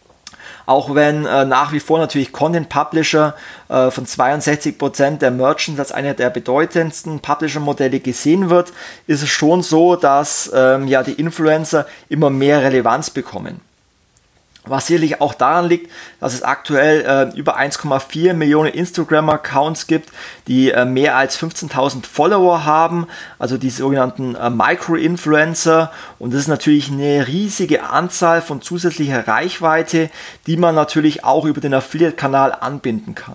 Auch wenn äh, nach wie vor natürlich Content Publisher äh, von zweiundsechzig Prozent der Merchants als einer der bedeutendsten Publisher-Modelle gesehen wird, ist es schon so, dass ähm, ja, die Influencer immer mehr Relevanz bekommen. Was sicherlich auch daran liegt, dass es aktuell äh, über eins Komma vier Millionen Instagram-Accounts gibt, die äh, mehr als fünfzehntausend Follower haben, also die sogenannten äh, Micro-Influencer. Und das ist natürlich eine riesige Anzahl von zusätzlicher Reichweite, die man natürlich auch über den Affiliate-Kanal anbinden kann.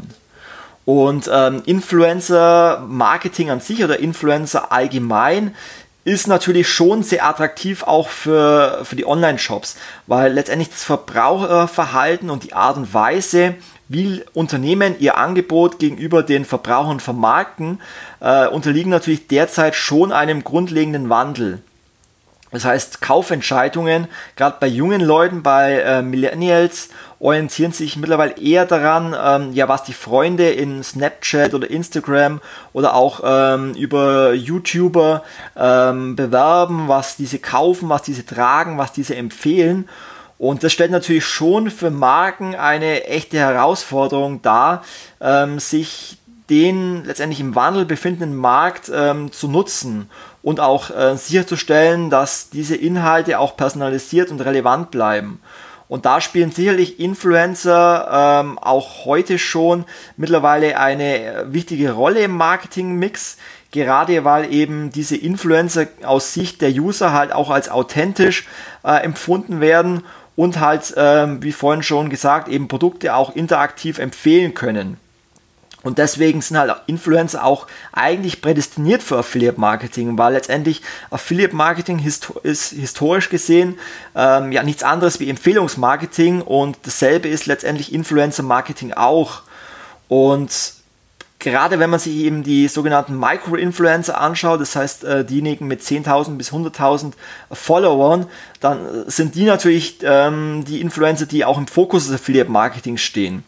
Und ähm, Influencer-Marketing an sich oder Influencer allgemein ist natürlich schon sehr attraktiv auch für, für die Online-Shops, weil letztendlich das Verbraucherverhalten und die Art und Weise, wie Unternehmen ihr Angebot gegenüber den Verbrauchern vermarkten, äh, unterliegen natürlich derzeit schon einem grundlegenden Wandel. Das heißt, Kaufentscheidungen, gerade bei jungen Leuten, bei äh, Millennials, orientieren sich mittlerweile eher daran, ähm, ja, was die Freunde in Snapchat oder Instagram oder auch ähm, über YouTuber ähm, bewerben, was diese kaufen, was diese tragen, was diese empfehlen. Und das stellt natürlich schon für Marken eine echte Herausforderung dar, ähm, sich den letztendlich im Wandel befindenden Markt ähm, zu nutzen und auch äh, sicherzustellen, dass diese Inhalte auch personalisiert und relevant bleiben. Und da spielen sicherlich Influencer ähm, auch heute schon mittlerweile eine wichtige Rolle im Marketingmix, gerade weil eben diese Influencer aus Sicht der User halt auch als authentisch äh, empfunden werden und halt, ähm, wie vorhin schon gesagt, eben Produkte auch interaktiv empfehlen können. Und deswegen sind halt Influencer auch eigentlich prädestiniert für Affiliate-Marketing, weil letztendlich Affiliate-Marketing histo- ist historisch gesehen ähm, ja nichts anderes wie Empfehlungsmarketing und dasselbe ist letztendlich Influencer-Marketing auch. Und gerade wenn man sich eben die sogenannten Micro-Influencer anschaut, das heißt äh, diejenigen mit zehntausend bis hunderttausend Followern, dann sind die natürlich ähm, die Influencer, die auch im Fokus des Affiliate-Marketings stehen.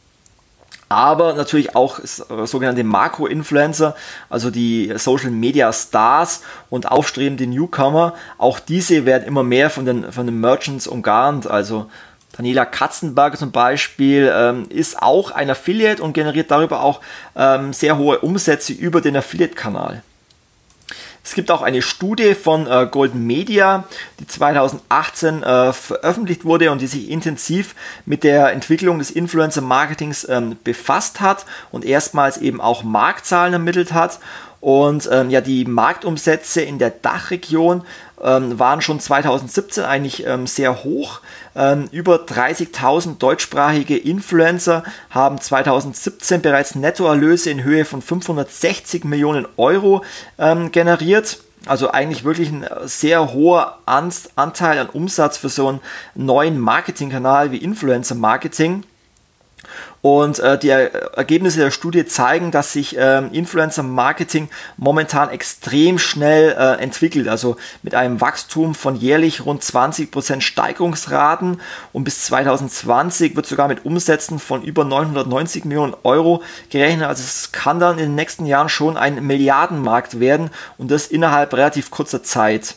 Aber natürlich auch sogenannte Makro-Influencer, also die Social-Media-Stars und aufstrebende Newcomer, auch diese werden immer mehr von den, von den Merchants umgarnt. Also Daniela Katzenberger zum Beispiel ähm, ist auch ein Affiliate und generiert darüber auch ähm, sehr hohe Umsätze über den Affiliate-Kanal. Es gibt auch eine Studie von äh, Golden Media, die zweitausendachtzehn äh, veröffentlicht wurde und die sich intensiv mit der Entwicklung des Influencer-Marketings ähm, befasst hat und erstmals eben auch Marktzahlen ermittelt hat. Und ähm, ja, die Marktumsätze in der Dachregion ähm, waren schon zweitausendsiebzehn eigentlich ähm, sehr hoch. Ähm, über dreißigtausend deutschsprachige Influencer haben zweitausendsiebzehn bereits Nettoerlöse in Höhe von fünfhundertsechzig Millionen Euro ähm, generiert. Also eigentlich wirklich ein sehr hoher Anteil an Umsatz für so einen neuen Marketingkanal wie Influencer-Marketing. Und äh, die Ergebnisse der Studie zeigen, dass sich ähm, Influencer-Marketing momentan extrem schnell äh, entwickelt, also mit einem Wachstum von jährlich rund zwanzig Prozent Steigerungsraten und bis zweitausendzwanzig wird sogar mit Umsätzen von über neunhundertneunzig Millionen Euro gerechnet. Also es kann dann in den nächsten Jahren schon ein Milliardenmarkt werden und das innerhalb relativ kurzer Zeit.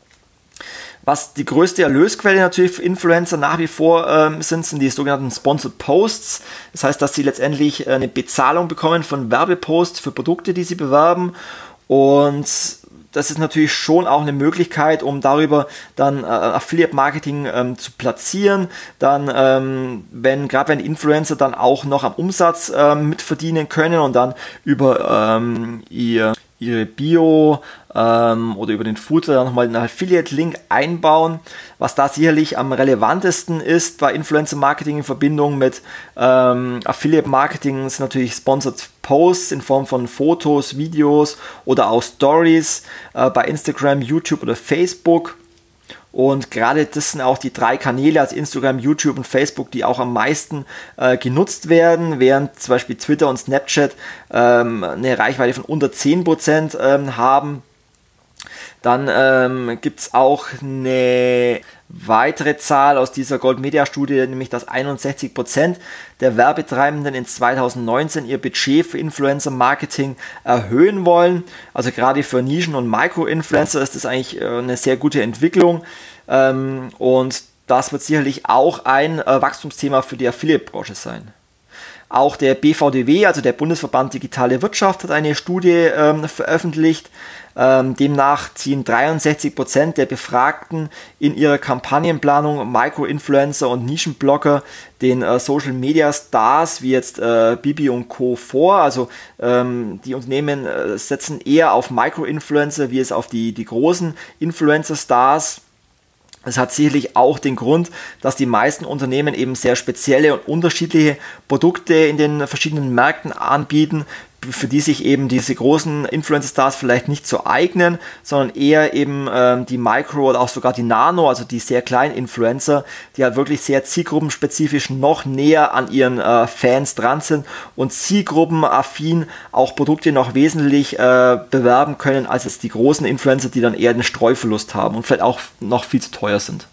Was die größte Erlösquelle natürlich für Influencer nach wie vor ähm, sind, sind die sogenannten Sponsored Posts. Das heißt, dass sie letztendlich eine Bezahlung bekommen von Werbeposts für Produkte, die sie bewerben. Und das ist natürlich schon auch eine Möglichkeit, um darüber dann äh, Affiliate-Marketing ähm, zu platzieren. Dann, ähm, wenn gerade wenn die Influencer dann auch noch am Umsatz ähm, mitverdienen können und dann über ähm, ihr ihre Bio ähm, oder über den Footer nochmal einen Affiliate-Link einbauen. Was da sicherlich am relevantesten ist bei Influencer-Marketing in Verbindung mit ähm, Affiliate-Marketing sind natürlich Sponsored Posts in Form von Fotos, Videos oder auch Stories äh, bei Instagram, YouTube oder Facebook. Und gerade das sind auch die drei Kanäle, also Instagram, YouTube und Facebook, die auch am meisten äh, genutzt werden, während zum Beispiel Twitter und Snapchat ähm, eine Reichweite von unter zehn Prozent ähm, haben. Dann ähm, gibt es auch eine weitere Zahl aus dieser Gold Media Studie, nämlich dass einundsechzig Prozent der Werbetreibenden in zweitausendneunzehn ihr Budget für Influencer Marketing erhöhen wollen. Also gerade für Nischen- und Micro-Influencer ist das eigentlich äh, eine sehr gute Entwicklung ähm, und das wird sicherlich auch ein äh, Wachstumsthema für die Affiliate-Branche sein. Auch der B V D W, also der Bundesverband Digitale Wirtschaft, hat eine Studie ähm, veröffentlicht. Ähm, demnach ziehen dreiundsechzig Prozent der Befragten in ihrer Kampagnenplanung Micro-Influencer und Nischenblogger den äh, Social-Media-Stars wie jetzt äh, Bibi und Co. vor. Also ähm, die Unternehmen äh, setzen eher auf Micro-Influencer wie es auf die, die großen Influencer-Stars. Das hat sicherlich auch den Grund, dass die meisten Unternehmen eben sehr spezielle und unterschiedliche Produkte in den verschiedenen Märkten anbieten, für die sich eben diese großen Influencer-Stars vielleicht nicht so eignen, sondern eher eben ähm, die Micro- oder auch sogar die Nano, also die sehr kleinen Influencer, die halt wirklich sehr zielgruppenspezifisch noch näher an ihren äh, Fans dran sind und zielgruppenaffin auch Produkte noch wesentlich äh, bewerben können, als es die großen Influencer, die dann eher den Streuverlust haben und vielleicht auch noch viel zu teuer sind.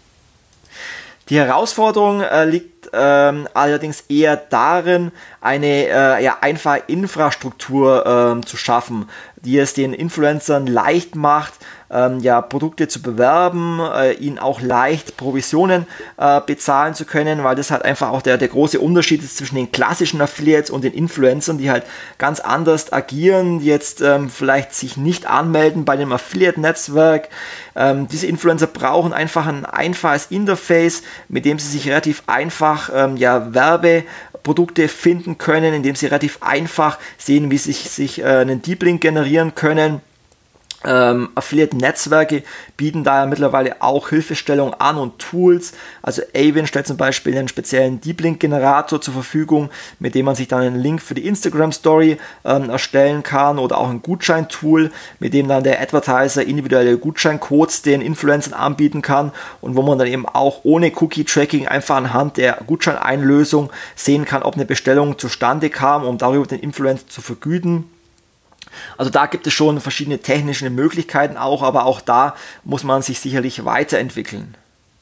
Die Herausforderung äh, liegt ähm, allerdings eher darin, eine äh, ja, einfache Infrastruktur ähm, zu schaffen, die es den Influencern leicht macht, ähm, ja, Produkte zu bewerben, äh, ihnen auch leicht Provisionen äh, bezahlen zu können, weil das halt einfach auch der, der große Unterschied ist zwischen den klassischen Affiliates und den Influencern, die halt ganz anders agieren, die jetzt ähm, vielleicht sich nicht anmelden bei dem Affiliate-Netzwerk. Ähm, diese Influencer brauchen einfach ein einfaches Interface, mit dem sie sich relativ einfach ähm, ja, Werbeprodukte finden können, indem sie relativ einfach sehen, wie sich, sich äh, einen Deep Link generieren können. Ähm, Affiliate-Netzwerke bieten daher mittlerweile auch Hilfestellung an und Tools. Also Avin stellt zum Beispiel einen speziellen Deep Link-Generator zur Verfügung, mit dem man sich dann einen Link für die Instagram-Story ähm, erstellen kann, oder auch ein Gutscheintool, mit dem dann der Advertiser individuelle Gutscheincodes den Influencern anbieten kann und wo man dann eben auch ohne Cookie-Tracking einfach anhand der Gutscheineinlösung sehen kann, ob eine Bestellung zustande kam, um darüber den Influencer zu vergüten. Also da gibt es schon verschiedene technische Möglichkeiten auch, aber auch da muss man sich sicherlich weiterentwickeln.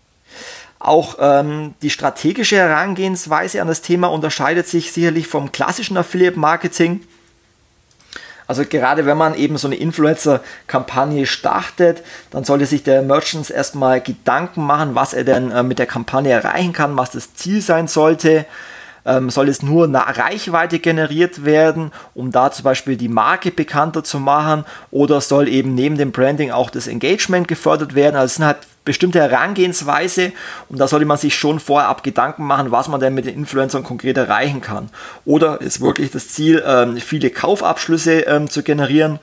Auch ähm, die strategische Herangehensweise an das Thema unterscheidet sich sicherlich vom klassischen Affiliate-Marketing. Also gerade wenn man eben so eine Influencer-Kampagne startet, dann sollte sich der Merchant erstmal Gedanken machen, was er denn äh, mit der Kampagne erreichen kann, was das Ziel sein sollte. Ähm, soll es nur eine Reichweite generiert werden, um da zum Beispiel die Marke bekannter zu machen, oder soll eben neben dem Branding auch das Engagement gefördert werden? Also es sind halt bestimmte Herangehensweise und da sollte man sich schon vorher ab Gedanken machen, was man denn mit den Influencern konkret erreichen kann. Oder ist wirklich das Ziel, ähm, viele Kaufabschlüsse ähm, zu generieren?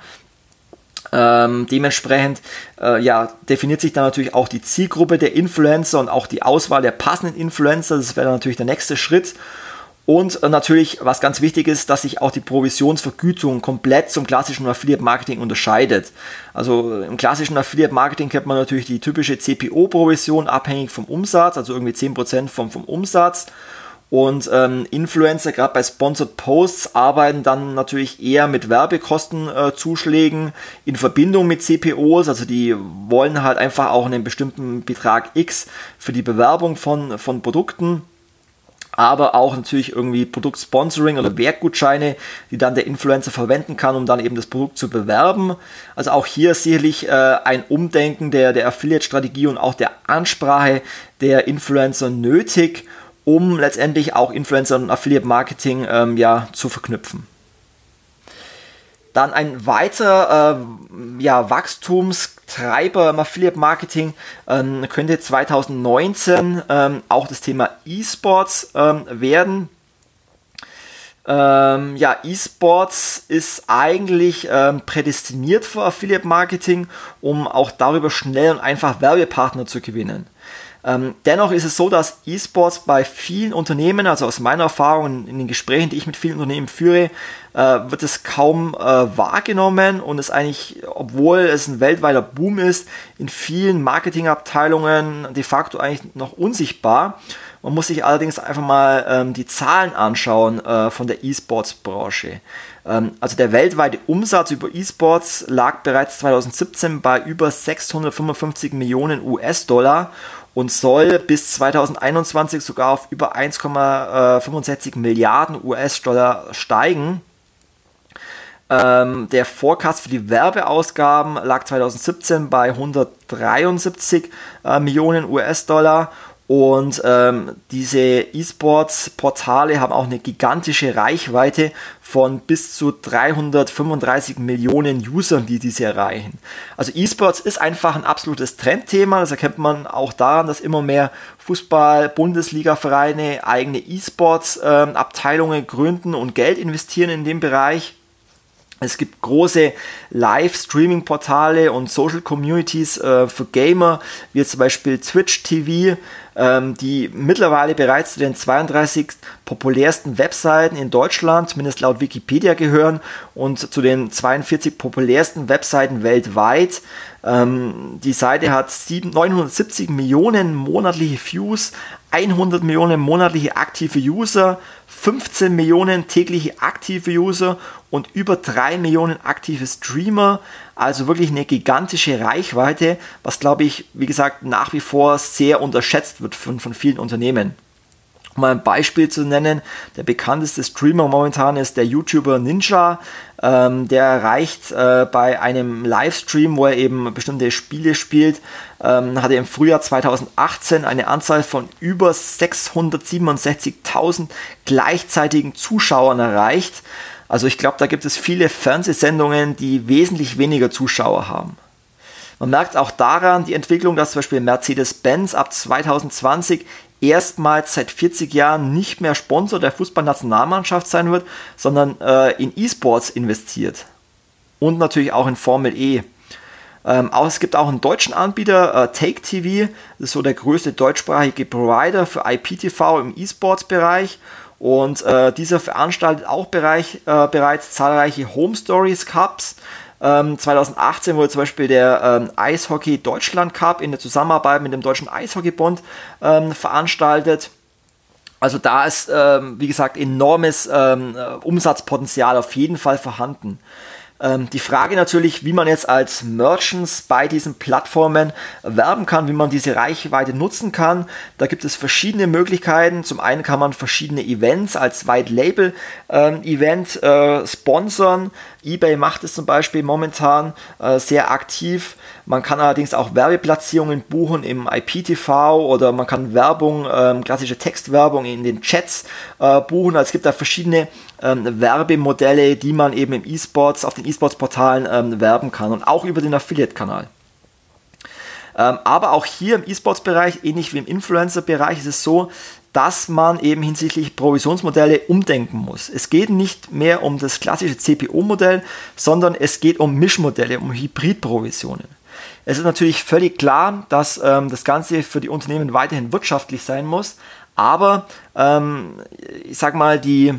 Ähm, dementsprechend äh, ja, definiert sich dann natürlich auch die Zielgruppe der Influencer und auch die Auswahl der passenden Influencer. Das wäre dann natürlich der nächste Schritt. Und äh, natürlich, was ganz wichtig ist, dass sich auch die Provisionsvergütung komplett zum klassischen Affiliate-Marketing unterscheidet. Also im klassischen Affiliate-Marketing kennt man natürlich die typische C P O-Provision, abhängig vom Umsatz, also irgendwie zehn Prozent vom, vom Umsatz. Und ähm, Influencer, gerade bei Sponsored Posts, arbeiten dann natürlich eher mit Werbekostenzuschlägen äh, in Verbindung mit C P Os. Also die wollen halt einfach auch einen bestimmten Betrag X für die Bewerbung von, von Produkten, aber auch natürlich irgendwie Produktsponsoring oder Werkgutscheine, die dann der Influencer verwenden kann, um dann eben das Produkt zu bewerben. Also auch hier sicherlich äh, ein Umdenken der, der Affiliate-Strategie und auch der Ansprache der Influencer nötig, um letztendlich auch Influencer und Affiliate-Marketing ähm, ja, zu verknüpfen. Dann ein weiterer äh, ja, Wachstumstreiber im Affiliate-Marketing ähm, könnte zwanzig neunzehn ähm, auch das Thema E-Sports ähm, werden. Ähm, ja, E-Sports ist eigentlich ähm, prädestiniert für Affiliate Marketing, um auch darüber schnell und einfach Werbepartner zu gewinnen. Ähm, dennoch ist es so, dass E-Sports bei vielen Unternehmen, also aus meiner Erfahrung in den Gesprächen, die ich mit vielen Unternehmen führe, äh, wird es kaum äh, wahrgenommen und ist eigentlich, obwohl es ein weltweiter Boom ist, in vielen Marketingabteilungen de facto eigentlich noch unsichtbar. Man muss sich allerdings einfach mal ähm, die Zahlen anschauen äh, von der E-Sports-Branche. Ähm, also der weltweite Umsatz über E-Sports lag bereits zwanzig siebzehn bei über sechshundertfünfundfünfzig Millionen U S-Dollar und soll bis zwanzig einundzwanzig sogar auf über eins Komma fünfundsechzig Milliarden U S-Dollar steigen. Ähm, der Forecast für die Werbeausgaben lag zwanzig siebzehn bei hundertdreiundsiebzig äh, Millionen U S-Dollar. Und ähm, diese E-Sports-Portale haben auch eine gigantische Reichweite von bis zu dreihundertfünfunddreißig Millionen Usern, die diese erreichen. Also E-Sports ist einfach ein absolutes Trendthema. Das erkennt man auch daran, dass immer mehr Fußball-Bundesliga-Vereine eigene E-Sports-Abteilungen gründen und Geld investieren in dem Bereich. Es gibt große Live-Streaming-Portale und Social-Communities äh, für Gamer, wie zum Beispiel Twitch T V, ähm, die mittlerweile bereits zu den zweiunddreißig populärsten Webseiten in Deutschland, zumindest laut Wikipedia, gehören und zu den zweiundvierzig populärsten Webseiten weltweit. Ähm, die Seite hat neunhundertsiebzig Millionen monatliche Views, hundert Millionen monatliche aktive User, fünfzehn Millionen tägliche aktive User und über drei Millionen aktive Streamer, also wirklich eine gigantische Reichweite, was, glaube ich, wie gesagt, nach wie vor sehr unterschätzt wird von, von vielen Unternehmen. Um mal ein Beispiel zu nennen, der bekannteste Streamer momentan ist der YouTuber Ninja. Ähm, der erreicht äh, bei einem Livestream, wo er eben bestimmte Spiele spielt, ähm, hatte im Frühjahr zwanzig achtzehn eine Anzahl von über sechshundertsiebenundsechzigtausend gleichzeitigen Zuschauern erreicht. Also ich glaube, da gibt es viele Fernsehsendungen, die wesentlich weniger Zuschauer haben. Man merkt auch daran die Entwicklung, dass zum Beispiel Mercedes-Benz ab zwanzig zwanzig erstmals seit vierzig Jahren nicht mehr Sponsor der Fußballnationalmannschaft sein wird, sondern äh, in E-Sports investiert. Und natürlich auch in Formel E. Ähm, auch, es gibt auch einen deutschen Anbieter, äh, Take T V, das ist so der größte deutschsprachige Provider für I P T V im E-Sports-Bereich. Und äh, dieser veranstaltet auch Bereich, äh, bereits zahlreiche Home Stories Cups. Ähm, zwanzig achtzehn wurde zum Beispiel der ähm, Eishockey Deutschland Cup in der Zusammenarbeit mit dem Deutschen Eishockeybund ähm, veranstaltet. Also da ist, ähm, wie gesagt, enormes ähm, Umsatzpotenzial auf jeden Fall vorhanden. Ähm, die Frage natürlich, wie man jetzt als Merchants bei diesen Plattformen werben kann, wie man diese Reichweite nutzen kann. Da gibt es verschiedene Möglichkeiten. Zum einen kann man verschiedene Events als White-Label-Event äh, sponsern. eBay macht es zum Beispiel momentan äh, sehr aktiv. Man kann allerdings auch Werbeplatzierungen buchen im I P T V oder man kann Werbung, ähm, klassische Textwerbung in den Chats äh, buchen. Also es gibt da verschiedene ähm, Werbemodelle, die man eben im E-Sports, auf den E-Sports-Portalen ähm, werben kann und auch über den Affiliate-Kanal. Ähm, aber auch hier im E-Sports-Bereich, ähnlich wie im Influencer-Bereich, ist es so, dass man eben hinsichtlich Provisionsmodelle umdenken muss. Es geht nicht mehr um das klassische C P O-Modell, sondern es geht um Mischmodelle, um Hybridprovisionen. Es ist natürlich völlig klar, dass ähm, das Ganze für die Unternehmen weiterhin wirtschaftlich sein muss, aber ähm, ich sag mal, die,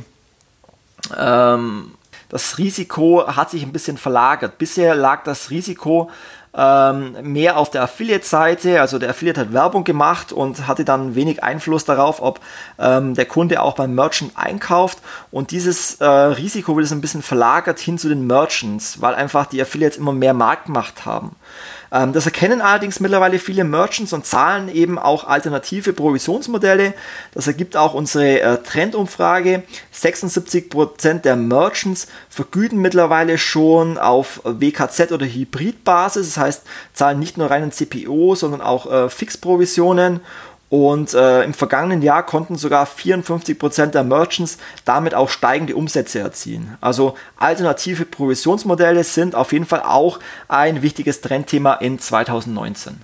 ähm, das Risiko hat sich ein bisschen verlagert. Bisher lag das Risiko ähm, mehr auf der Affiliate-Seite, also der Affiliate hat Werbung gemacht und hatte dann wenig Einfluss darauf, ob ähm, der Kunde auch beim Merchant einkauft, und dieses äh, Risiko wird es ein bisschen verlagert hin zu den Merchants, weil einfach die Affiliates immer mehr Marktmacht haben. Ähm, das erkennen allerdings mittlerweile viele Merchants und zahlen eben auch alternative Provisionsmodelle. Das ergibt auch unsere äh, Trendumfrage. sechsundsiebzig Prozent der Merchants vergüten mittlerweile schon auf W K Z oder Hybridbasis, das heißt, zahlen nicht nur reinen C P O, sondern auch äh, Fixprovisionen. Und äh, im vergangenen Jahr konnten sogar vierundfünfzig Prozent der Merchants damit auch steigende Umsätze erzielen. Also alternative Provisionsmodelle sind auf jeden Fall auch ein wichtiges Trendthema in zwanzig neunzehn.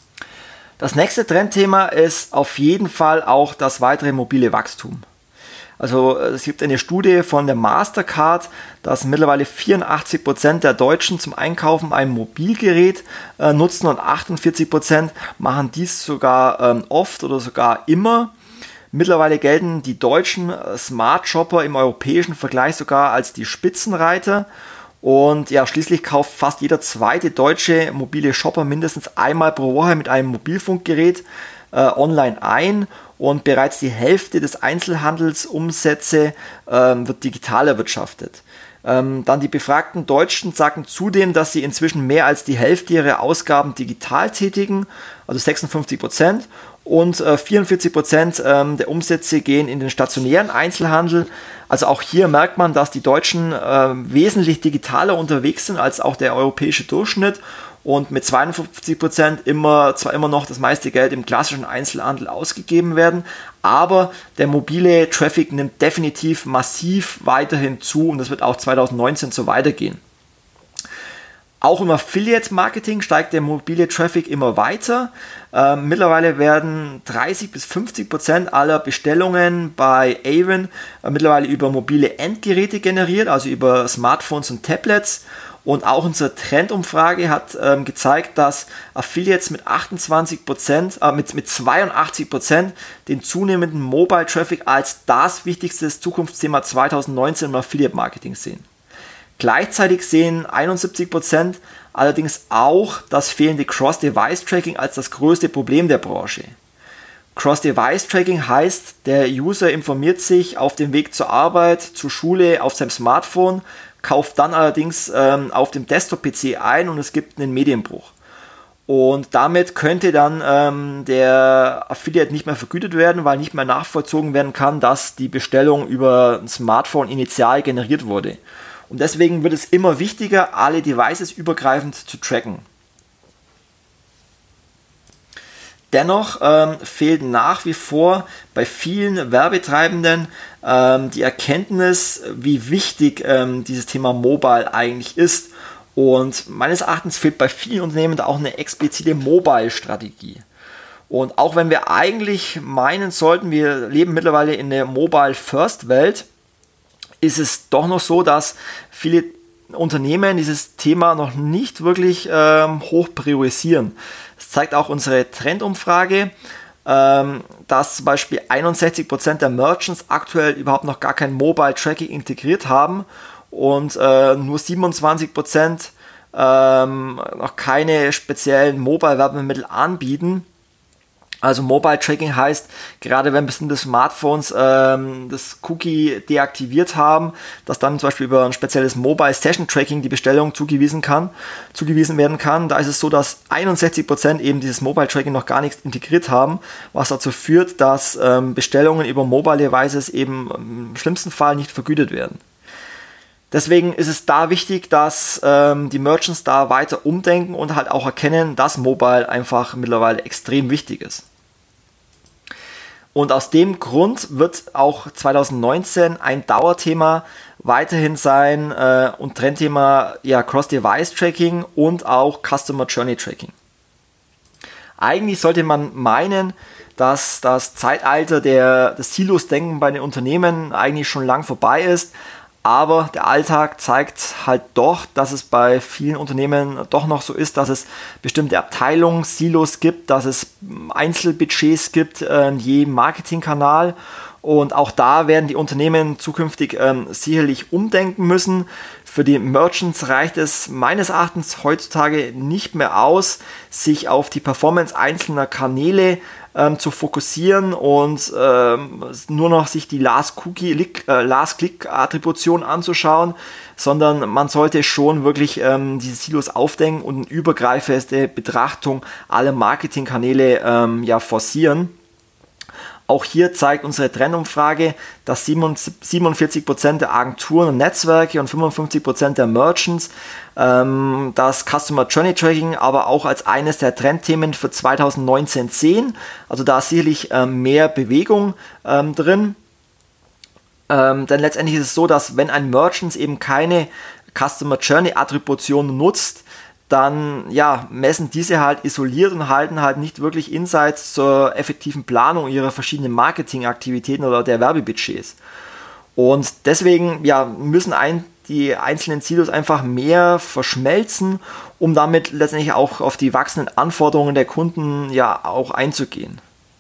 Das nächste Trendthema ist auf jeden Fall auch das weitere mobile Wachstum. Also es gibt eine Studie von der Mastercard, dass mittlerweile vierundachtzig Prozent der Deutschen zum Einkaufen ein Mobilgerät äh, nutzen und achtundvierzig Prozent machen dies sogar ähm, oft oder sogar immer. Mittlerweile gelten die deutschen Smart Shopper im europäischen Vergleich sogar als die Spitzenreiter. Und ja, schließlich kauft fast jeder zweite deutsche mobile Shopper mindestens einmal pro Woche mit einem Mobilfunkgerät äh, online ein. Und bereits die Hälfte des Einzelhandelsumsätze ähm, wird digital erwirtschaftet. Ähm, dann die befragten Deutschen sagen zudem, dass sie inzwischen mehr als die Hälfte ihrer Ausgaben digital tätigen, also sechsundfünfzig Prozent. Und äh, vierundvierzig Prozent ähm, der Umsätze gehen in den stationären Einzelhandel. Also auch hier merkt man, dass die Deutschen äh, wesentlich digitaler unterwegs sind als auch der europäische Durchschnitt. Und mit zweiundfünfzig Prozent immer, zwar immer noch das meiste Geld im klassischen Einzelhandel ausgegeben werden, aber der mobile Traffic nimmt definitiv massiv weiterhin zu und das wird auch zweitausendneunzehn so weitergehen. Auch im Affiliate-Marketing steigt der mobile Traffic immer weiter. Ähm, mittlerweile werden dreißig bis fünfzig Prozent aller Bestellungen bei Avon äh, mittlerweile über mobile Endgeräte generiert, also über Smartphones und Tablets. Und auch unsere Trendumfrage hat ähm, gezeigt, dass Affiliates mit achtundzwanzig Prozent, äh, mit, mit zweiundachtzig Prozent den zunehmenden Mobile Traffic als das wichtigste Zukunftsthema zweitausendneunzehn im Affiliate Marketing sehen. Gleichzeitig sehen einundsiebzig Prozent allerdings auch das fehlende Cross-Device-Tracking als das größte Problem der Branche. Cross-Device-Tracking heißt, der User informiert sich auf dem Weg zur Arbeit, zur Schule, auf seinem Smartphone, kauft dann allerdings ähm, auf dem Desktop-P C ein und es gibt einen Medienbruch. Und damit könnte dann ähm, der Affiliate nicht mehr vergütet werden, weil nicht mehr nachvollzogen werden kann, dass die Bestellung über ein Smartphone initial generiert wurde. Und deswegen wird es immer wichtiger, alle Devices übergreifend zu tracken. Dennoch ähm, fehlt nach wie vor bei vielen Werbetreibenden ähm, die Erkenntnis, wie wichtig ähm, dieses Thema Mobile eigentlich ist. Und meines Erachtens fehlt bei vielen Unternehmen da auch eine explizite Mobile-Strategie. Und auch wenn wir eigentlich meinen sollten, wir leben mittlerweile in der Mobile-First-Welt, ist es doch noch so, dass viele Unternehmen dieses Thema noch nicht wirklich ähm, hoch priorisieren. Das zeigt auch unsere Trendumfrage, ähm, dass zum Beispiel einundsechzig Prozent der Merchants aktuell überhaupt noch gar kein Mobile Tracking integriert haben und äh, nur siebenundzwanzig Prozent ähm, noch keine speziellen Mobile-Werbemittel anbieten. Also Mobile Tracking heißt, gerade wenn bestimmte Smartphones ähm, das Cookie deaktiviert haben, dass dann zum Beispiel über ein spezielles Mobile Session Tracking die Bestellung zugewiesen kann, zugewiesen werden kann. Da ist es so, dass einundsechzig Prozent eben dieses Mobile Tracking noch gar nicht integriert haben, was dazu führt, dass ähm, Bestellungen über Mobile Devices eben im schlimmsten Fall nicht vergütet werden. Deswegen ist es da wichtig, dass ähm, die Merchants da weiter umdenken und halt auch erkennen, dass Mobile einfach mittlerweile extrem wichtig ist. Und aus dem Grund wird auch zweitausendneunzehn ein Dauerthema weiterhin sein äh, und Trendthema ja, Cross-Device-Tracking und auch Customer Journey Tracking. Eigentlich sollte man meinen, dass das Zeitalter der, des Silos-Denken bei den Unternehmen eigentlich schon lang vorbei ist. Aber der Alltag zeigt halt doch, dass es bei vielen Unternehmen doch noch so ist, dass es bestimmte Abteilungen, Silos gibt, dass es Einzelbudgets gibt, äh, je Marketingkanal. Und auch da werden die Unternehmen zukünftig ähm, sicherlich umdenken müssen. Für die Merchants reicht es meines Erachtens heutzutage nicht mehr aus, sich auf die Performance einzelner Kanäle ähm, zu fokussieren und ähm, nur noch sich die Last-Click-Attribution äh, anzuschauen, sondern man sollte schon wirklich ähm, diese Silos aufdenken und eine übergreifende Betrachtung aller Marketingkanäle ähm, ja, forcieren. Auch hier zeigt unsere Trendumfrage, dass siebenundvierzig Prozent der Agenturen und Netzwerke und fünfundfünfzig Prozent der Merchants ähm, das Customer Journey Tracking aber auch als eines der Trendthemen für zweitausendneunzehn sehen. Also da ist sicherlich ähm, mehr Bewegung ähm, drin. Ähm, denn letztendlich ist es so, dass wenn ein Merchant eben keine Customer Journey Attribution nutzt, dann ja, messen diese halt isoliert und halten halt nicht wirklich Insights zur effektiven Planung ihrer verschiedenen Marketingaktivitäten oder der Werbebudgets. Und deswegen ja, müssen ein, die einzelnen Silos einfach mehr verschmelzen, um damit letztendlich auch auf die wachsenden Anforderungen der Kunden ja auch einzugehen.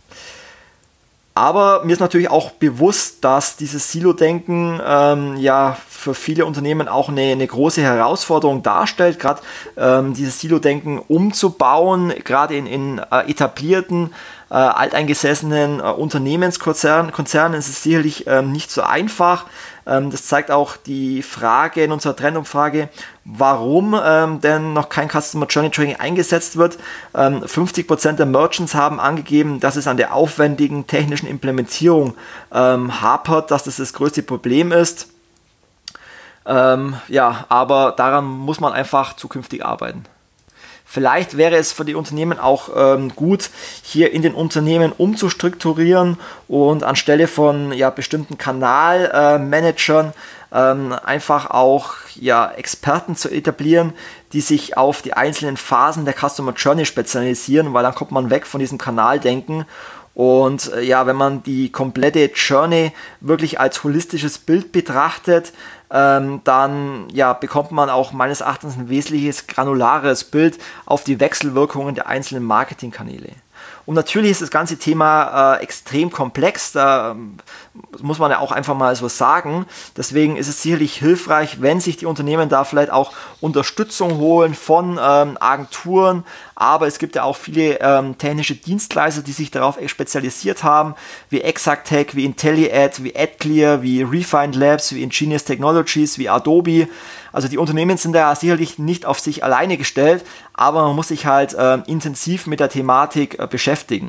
Aber mir ist natürlich auch bewusst, dass dieses Silo-Denken ähm, ja für viele Unternehmen auch eine, eine große Herausforderung darstellt, gerade ähm, dieses Silo-Denken umzubauen, gerade in, in äh, etablierten, äh, alteingesessenen äh, Unternehmenskonzernen Konzernen ist es sicherlich ähm, nicht so einfach. Ähm, das zeigt auch die Frage in unserer Trendumfrage, warum ähm, denn noch kein Customer Journey Tracking eingesetzt wird. Ähm, fünfzig Prozent der Merchants haben angegeben, dass es an der aufwendigen technischen Implementierung ähm, hapert, dass das das größte Problem ist. Ähm, ja, aber daran muss man einfach zukünftig arbeiten. Vielleicht wäre es für die Unternehmen auch ähm, gut, hier in den Unternehmen umzustrukturieren und anstelle von ja, bestimmten Kanalmanagern äh, ähm, einfach auch ja, Experten zu etablieren, die sich auf die einzelnen Phasen der Customer Journey spezialisieren, weil dann kommt man weg von diesem Kanaldenken. Und äh, ja, wenn man die komplette Journey wirklich als holistisches Bild betrachtet, ähm, dann ja, bekommt man auch meines Erachtens ein wesentliches granulares Bild auf die Wechselwirkungen der einzelnen Marketingkanäle. Und natürlich ist das ganze Thema äh, extrem komplex, da ähm, muss man ja auch einfach mal so sagen. Deswegen ist es sicherlich hilfreich, wenn sich die Unternehmen da vielleicht auch Unterstützung holen von ähm, Agenturen, aber es gibt ja auch viele ähm, technische Dienstleister, die sich darauf spezialisiert haben, wie Exactech, wie IntelliAd, wie AdClear, wie Refined Labs, wie Ingenious Technologies, wie Adobe. Also die Unternehmen sind da sicherlich nicht auf sich alleine gestellt, aber man muss sich halt äh, intensiv mit der Thematik äh, beschäftigen.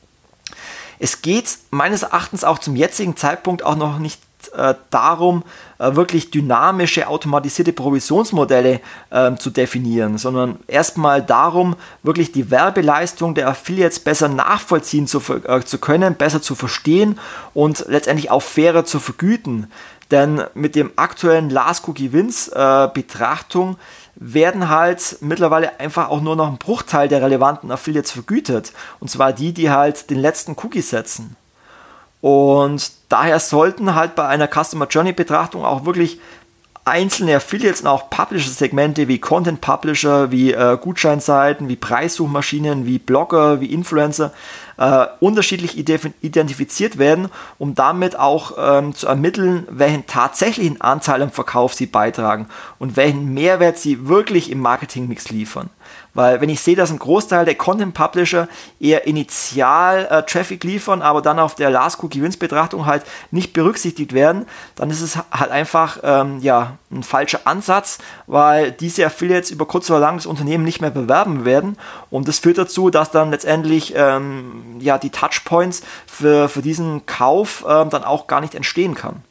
Es geht meines Erachtens auch zum jetzigen Zeitpunkt auch noch nicht äh, darum, äh, wirklich dynamische, automatisierte Provisionsmodelle äh, zu definieren, sondern erstmal darum, wirklich die Werbeleistung der Affiliates besser nachvollziehen zu, äh, zu können, besser zu verstehen und letztendlich auch fairer zu vergüten. Denn mit dem aktuellen Last Cookie Wins äh, Betrachtung werden halt mittlerweile einfach auch nur noch ein Bruchteil der relevanten Affiliates vergütet. Und zwar die, die halt den letzten Cookie setzen. Und daher sollten halt bei einer Customer Journey Betrachtung auch wirklich einzelne Affiliates und auch Publisher-Segmente wie Content-Publisher, wie äh, Gutscheinseiten, wie Preissuchmaschinen, wie Blogger, wie Influencer äh, unterschiedlich identifiziert werden, um damit auch ähm, zu ermitteln, welchen tatsächlichen Anteil am Verkauf sie beitragen und welchen Mehrwert sie wirklich im Marketingmix liefern. Weil wenn ich sehe, dass ein Großteil der Content-Publisher eher initial äh, Traffic liefern, aber dann auf der Last-Cookie-Wins-Betrachtung halt nicht berücksichtigt werden, dann ist es halt einfach ähm, ja, ein falscher Ansatz, weil diese Affiliates über kurz oder lang das Unternehmen nicht mehr bewerben werden und das führt dazu, dass dann letztendlich ähm, ja, die Touchpoints für, für diesen Kauf ähm, dann auch gar nicht entstehen kann.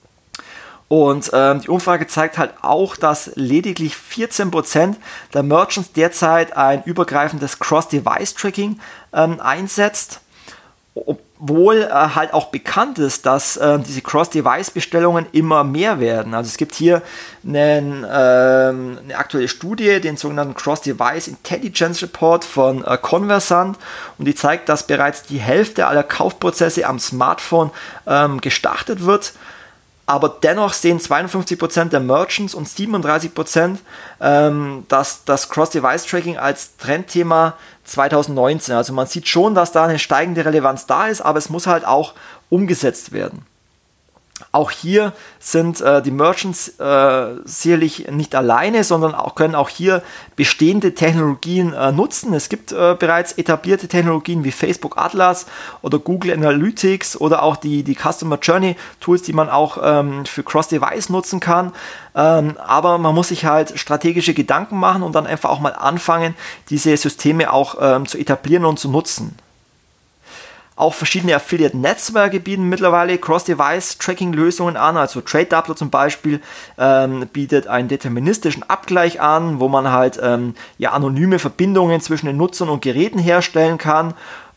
Und ähm, die Umfrage zeigt halt auch, dass lediglich vierzehn Prozent der Merchants derzeit ein übergreifendes Cross-Device-Tracking ähm, einsetzt, obwohl äh, halt auch bekannt ist, dass äh, diese Cross-Device-Bestellungen immer mehr werden. Also es gibt hier einen, ähm, eine aktuelle Studie, den sogenannten Cross-Device Intelligence Report von äh, Conversant, und die zeigt, dass bereits die Hälfte aller Kaufprozesse am Smartphone ähm, gestartet wird. Aber dennoch sehen zweiundfünfzig Prozent der Merchants und siebenunddreißig Prozent ähm, das, das Cross-Device-Tracking als Trendthema zwanzig neunzehn. Also man sieht schon, dass da eine steigende Relevanz da ist, aber es muss halt auch umgesetzt werden. Auch hier sind äh, die Merchants äh, sicherlich nicht alleine, sondern auch, können auch hier bestehende Technologien äh, nutzen. Es gibt äh, bereits etablierte Technologien wie Facebook Atlas oder Google Analytics oder auch die, die Customer Journey Tools, die man auch ähm, für Cross-Device nutzen kann. Ähm, aber man muss sich halt strategische Gedanken machen und dann einfach auch mal anfangen, diese Systeme auch ähm, zu etablieren und zu nutzen. Auch verschiedene Affiliate-Netzwerke bieten mittlerweile Cross-Device-Tracking-Lösungen an. Also TradeDoubler zum Beispiel ähm, bietet einen deterministischen Abgleich an, wo man halt ähm, ja, anonyme Verbindungen zwischen den Nutzern und Geräten herstellen kann.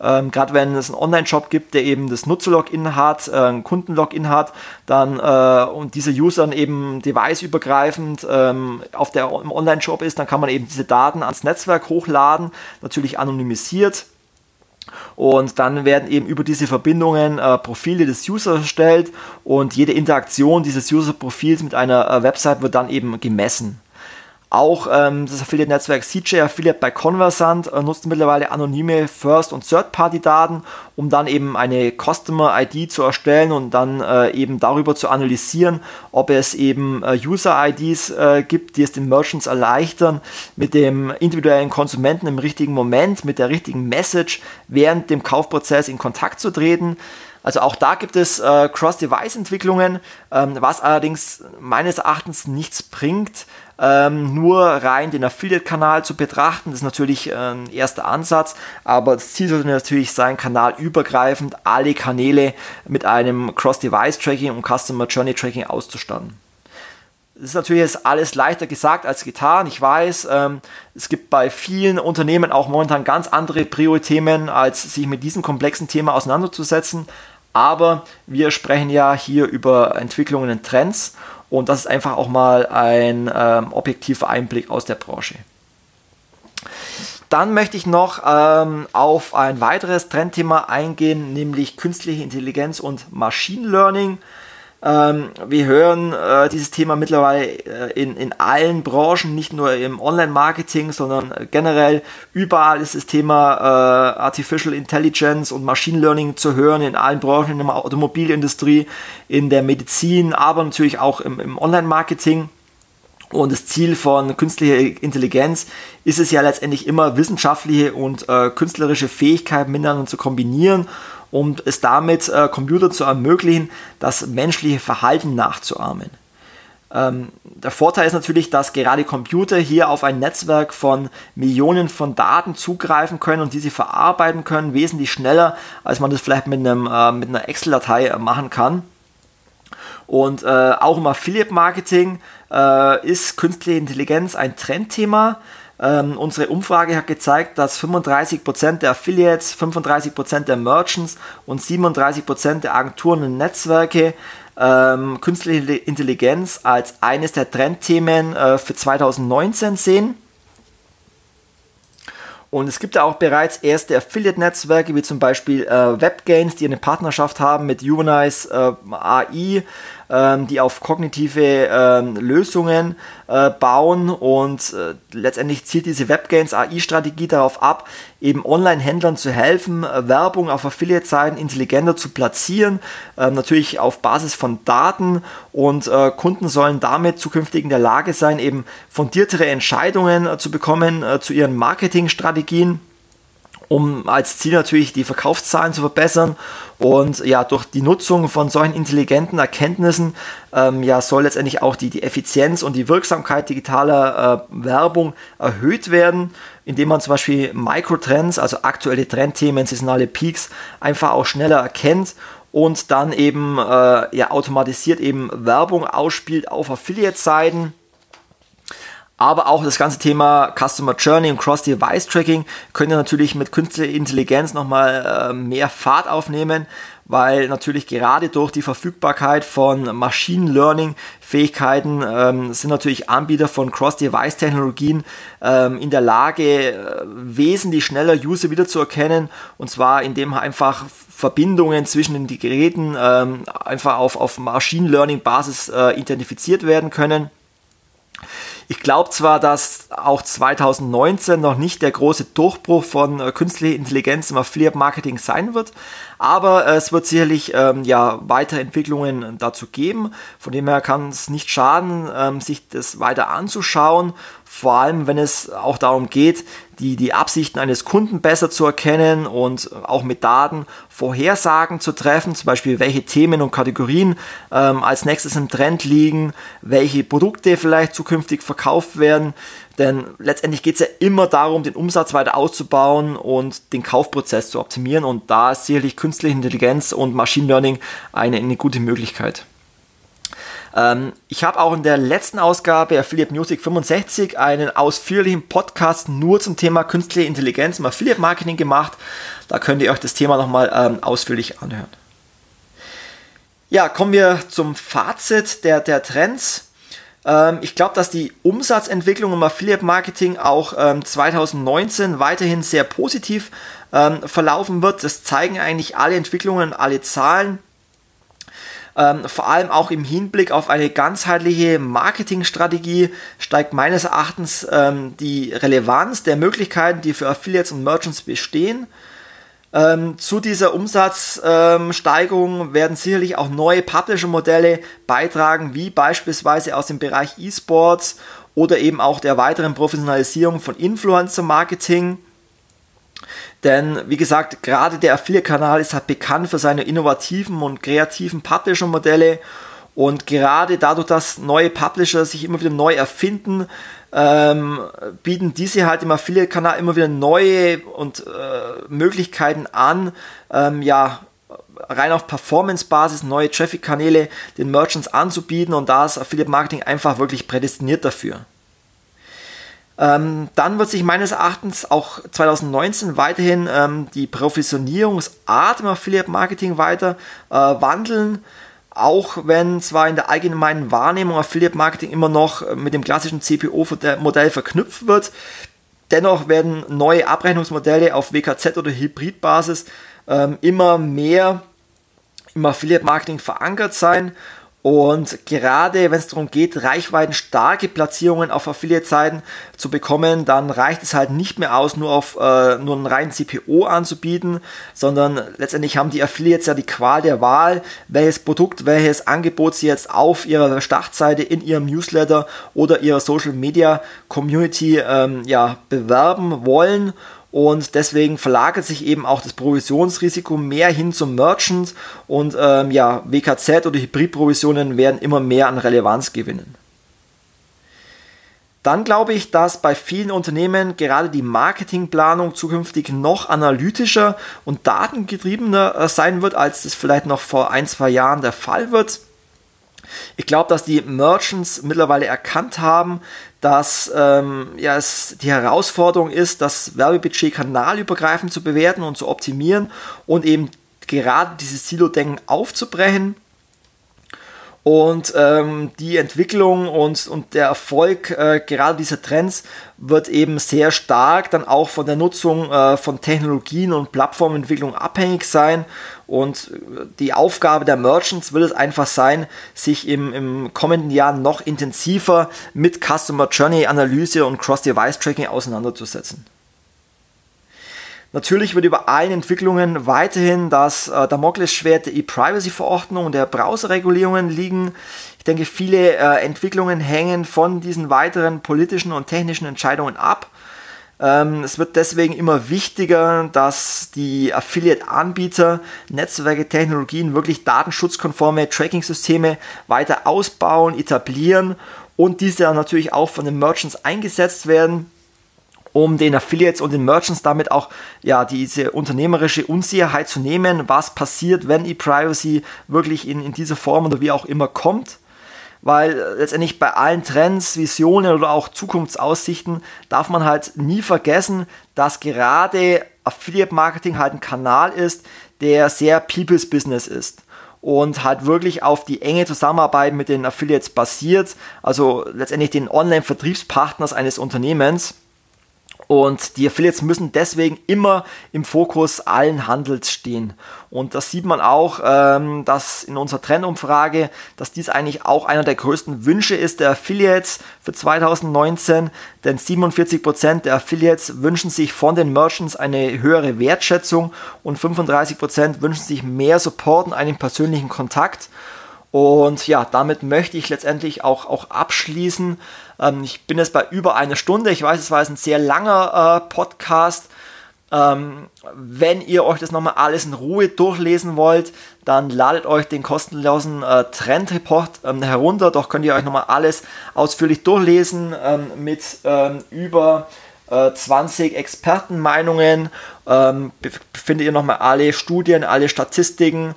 Ähm, Gerade wenn es einen Online-Shop gibt, der eben das Nutzer-Login hat, äh, ein Kunden-Login hat, dann äh, und dieser User dann eben deviceübergreifend ähm, auf der im Online-Shop ist, dann kann man eben diese Daten ans Netzwerk hochladen, natürlich anonymisiert. Und dann werden eben über diese Verbindungen äh, Profile des Users erstellt und jede Interaktion dieses User-Profils mit einer äh, Website wird dann eben gemessen. Auch ähm, das Affiliate-Netzwerk C J Affiliate bei Conversant äh, nutzt mittlerweile anonyme First- und Third-Party-Daten, um dann eben eine Customer-I D zu erstellen und dann äh, eben darüber zu analysieren, ob es eben äh, User-I Ds äh, gibt, die es den Merchants erleichtern, mit dem individuellen Konsumenten im richtigen Moment, mit der richtigen Message während dem Kaufprozess in Kontakt zu treten. Also auch da gibt es äh, Cross-Device-Entwicklungen, ähm, was allerdings meines Erachtens nichts bringt, ähm, nur rein den Affiliate-Kanal zu betrachten. Das ist natürlich äh, ein erster Ansatz, aber das Ziel sollte natürlich sein, kanalübergreifend alle Kanäle mit einem Cross-Device-Tracking und Customer-Journey-Tracking auszustatten. Das ist natürlich jetzt alles leichter gesagt als getan. Ich weiß, ähm, es gibt bei vielen Unternehmen auch momentan ganz andere Prio-Themen, als sich mit diesem komplexen Thema auseinanderzusetzen. Aber wir sprechen ja hier über Entwicklungen und Trends und das ist einfach auch mal ein ähm, objektiver Einblick aus der Branche. Dann möchte ich noch ähm, auf ein weiteres Trendthema eingehen, nämlich künstliche Intelligenz und Machine Learning. Ähm, wir hören äh, dieses Thema mittlerweile äh, in, in allen Branchen, nicht nur im Online-Marketing, sondern äh, generell überall ist das Thema äh, Artificial Intelligence und Machine Learning zu hören, in allen Branchen, in der Automobilindustrie, in der Medizin, aber natürlich auch im, im Online-Marketing. Und das Ziel von künstlicher Intelligenz ist es ja letztendlich immer, wissenschaftliche und äh, künstlerische Fähigkeiten miteinander zu kombinieren, um es damit äh, Computern zu ermöglichen, das menschliche Verhalten nachzuahmen. Ähm, der Vorteil ist natürlich, dass gerade Computer hier auf ein Netzwerk von Millionen von Daten zugreifen können und diese verarbeiten können, wesentlich schneller, als man das vielleicht mit, einem, äh, mit einer Excel-Datei äh, machen kann. Und äh, auch im Affiliate-Marketing äh, ist künstliche Intelligenz ein Trendthema. Ähm, unsere Umfrage hat gezeigt, dass fünfunddreißig Prozent der Affiliates, fünfunddreißig Prozent der Merchants und siebenunddreißig Prozent der Agenturen und Netzwerke ähm, künstliche Intelligenz als eines der Trendthemen äh, für zweitausendneunzehn sehen. Und es gibt ja auch bereits erste Affiliate-Netzwerke, wie zum Beispiel äh, WebGains, die eine Partnerschaft haben mit Unice äh, A I, ähm, die auf kognitive ähm, Lösungen äh, bauen. Und äh, letztendlich zielt diese WebGains A I-Strategie darauf ab, eben Online-Händlern zu helfen, äh, Werbung auf Affiliate-Seiten intelligenter zu platzieren, äh, natürlich auf Basis von Daten. Und äh, Kunden sollen damit zukünftig in der Lage sein, eben fundiertere Entscheidungen äh, zu bekommen äh, zu ihren Marketingstrategien, um als Ziel natürlich die Verkaufszahlen zu verbessern. Und ja, durch die Nutzung von solchen intelligenten Erkenntnissen ähm, ja, soll letztendlich auch die, die Effizienz und die Wirksamkeit digitaler äh, Werbung erhöht werden, indem man zum Beispiel Microtrends, also aktuelle Trendthemen, saisonale Peaks, einfach auch schneller erkennt und dann eben äh, ja, automatisiert eben Werbung ausspielt auf Affiliate-Seiten. Aber auch das ganze Thema Customer Journey und Cross-Device-Tracking könnte natürlich mit künstlicher Intelligenz nochmal äh, mehr Fahrt aufnehmen, weil natürlich gerade durch die Verfügbarkeit von Machine Learning Fähigkeiten ähm, sind natürlich Anbieter von Cross-Device-Technologien ähm, in der Lage, äh, wesentlich schneller User wiederzuerkennen, und zwar indem einfach Verbindungen zwischen den Geräten ähm, einfach auf, auf Machine Learning Basis äh, identifiziert werden können. Ich glaube zwar, dass auch zweitausendneunzehn noch nicht der große Durchbruch von äh, künstlicher Intelligenz im Affiliate-Marketing sein wird, aber äh, es wird sicherlich ähm, ja, weitere Entwicklungen dazu geben. Von dem her kann es nicht schaden, ähm, sich das weiter anzuschauen, vor allem wenn es auch darum geht, die, die Absichten eines Kunden besser zu erkennen und auch mit Daten Vorhersagen zu treffen, zum Beispiel welche Themen und Kategorien ähm, als nächstes im Trend liegen, welche Produkte vielleicht zukünftig verkauft werden, denn letztendlich geht es ja immer darum, den Umsatz weiter auszubauen und den Kaufprozess zu optimieren, und da ist sicherlich künstliche Intelligenz und Machine Learning eine, eine gute Möglichkeit. Ähm, ich habe auch in der letzten Ausgabe Affiliate Music fünfundsechzig einen ausführlichen Podcast nur zum Thema künstliche Intelligenz im Affiliate Marketing gemacht. Da könnt ihr euch das Thema nochmal ähm, ausführlich anhören. Ja, kommen wir zum Fazit der, der Trends. Ähm, ich glaube, dass die Umsatzentwicklung im Affiliate Marketing auch ähm, zwanzig neunzehn weiterhin sehr positiv ähm, verlaufen wird. Das zeigen eigentlich alle Entwicklungen, alle Zahlen. Ähm, vor allem auch im Hinblick auf eine ganzheitliche Marketingstrategie steigt meines Erachtens ähm, die Relevanz der Möglichkeiten, die für Affiliates und Merchants bestehen. Ähm, zu dieser Umsatzsteigerung ähm, werden sicherlich auch neue Publisher-Modelle beitragen, wie beispielsweise aus dem Bereich E-Sports oder eben auch der weiteren Professionalisierung von Influencer-Marketing. Denn, wie gesagt, gerade der Affiliate-Kanal ist halt bekannt für seine innovativen und kreativen Publisher-Modelle. Und gerade dadurch, dass neue Publisher sich immer wieder neu erfinden, ähm, bieten diese halt im Affiliate-Kanal immer wieder neue und äh, Möglichkeiten an, ähm, ja, rein auf Performance-Basis neue Traffic-Kanäle den Merchants anzubieten, und da ist Affiliate-Marketing einfach wirklich prädestiniert dafür. Ähm, dann wird sich meines Erachtens auch zwanzig neunzehn weiterhin ähm, die Provisionierungsart im Affiliate-Marketing weiter äh, wandeln. Auch wenn zwar in der allgemeinen Wahrnehmung Affiliate Marketing immer noch mit dem klassischen C P O-Modell verknüpft wird, dennoch werden neue Abrechnungsmodelle auf W K Z- oder Hybridbasis ähm, immer mehr im Affiliate Marketing verankert sein. Und gerade wenn es darum geht, reichweitenstarke Platzierungen auf Affiliate-Seiten zu bekommen, dann reicht es halt nicht mehr aus, nur auf äh, nur einen reinen C P O anzubieten, sondern letztendlich haben die Affiliates ja die Qual der Wahl, welches Produkt, welches Angebot sie jetzt auf ihrer Startseite, in ihrem Newsletter oder ihrer Social-Media-Community ähm, ja, bewerben wollen. Und deswegen verlagert sich eben auch das Provisionsrisiko mehr hin zum Merchant, und ähm, ja, W K Z oder Hybridprovisionen werden immer mehr an Relevanz gewinnen. Dann glaube ich, dass bei vielen Unternehmen gerade die Marketingplanung zukünftig noch analytischer und datengetriebener äh, sein wird, als es vielleicht noch vor ein, zwei Jahren der Fall wird. Ich glaube, dass die Merchants mittlerweile erkannt haben, dass ähm, ja, es die Herausforderung ist, das Werbebudget kanalübergreifend zu bewerten und zu optimieren und eben gerade dieses Silo-Denken aufzubrechen. Und ähm, die Entwicklung und, und der Erfolg äh, gerade dieser Trends wird eben sehr stark dann auch von der Nutzung äh, von Technologien und Plattformentwicklung abhängig sein. Und die Aufgabe der Merchants wird es einfach sein, sich im, im kommenden Jahr noch intensiver mit Customer Journey Analyse und Cross-Device Tracking auseinanderzusetzen. Natürlich wird über allen Entwicklungen weiterhin das äh, Damoklesschwert der E-Privacy-Verordnung und der Browserregulierungen liegen. Ich denke, viele äh, Entwicklungen hängen von diesen weiteren politischen und technischen Entscheidungen ab. Ähm, es wird deswegen immer wichtiger, dass die Affiliate-Anbieter Netzwerke, Technologien, wirklich datenschutzkonforme Tracking-Systeme weiter ausbauen, etablieren und diese dann natürlich auch von den Merchants eingesetzt werden, um den Affiliates und den Merchants damit auch ja, diese unternehmerische Unsicherheit zu nehmen, was passiert, wenn E-Privacy wirklich in, in dieser Form oder wie auch immer kommt. Weil letztendlich bei allen Trends, Visionen oder auch Zukunftsaussichten darf man halt nie vergessen, dass gerade Affiliate-Marketing halt ein Kanal ist, der sehr People's Business ist und halt wirklich auf die enge Zusammenarbeit mit den Affiliates basiert, also letztendlich den Online-Vertriebspartners eines Unternehmens. Und die Affiliates müssen deswegen immer im Fokus allen Handels stehen. Und das sieht man auch, ähm, dass in unserer Trendumfrage, dass dies eigentlich auch einer der größten Wünsche ist der Affiliates für zwanzig neunzehn. Denn siebenundvierzig Prozent der Affiliates wünschen sich von den Merchants eine höhere Wertschätzung und fünfunddreißig Prozent wünschen sich mehr Support und einen persönlichen Kontakt. Und ja, damit möchte ich letztendlich auch, auch abschließen. Ähm, ich bin jetzt bei über einer Stunde. Ich weiß, es war jetzt ein sehr langer äh, Podcast. Ähm, wenn ihr euch das nochmal alles in Ruhe durchlesen wollt, dann ladet euch den kostenlosen äh, Trendreport ähm, herunter. Doch könnt ihr euch nochmal alles ausführlich durchlesen ähm, mit ähm, über äh, zwanzig Expertenmeinungen. Ähm, findet ihr nochmal alle Studien, alle Statistiken.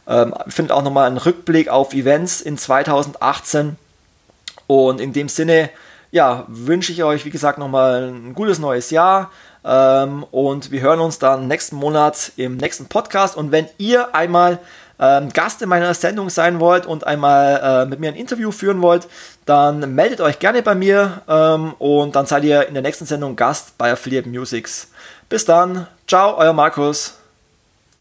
Ähm, findet auch nochmal einen Rückblick auf Events in zweitausendachtzehn. Und in dem Sinne, ja, wünsche ich euch, wie gesagt, nochmal ein gutes neues Jahr. Ähm, und wir hören uns dann nächsten Monat im nächsten Podcast. Und wenn ihr einmal ähm, Gast in meiner Sendung sein wollt und einmal äh, mit mir ein Interview führen wollt, dann meldet euch gerne bei mir ähm, und dann seid ihr in der nächsten Sendung Gast bei Affiliate Musics. Bis dann, ciao, euer Markus.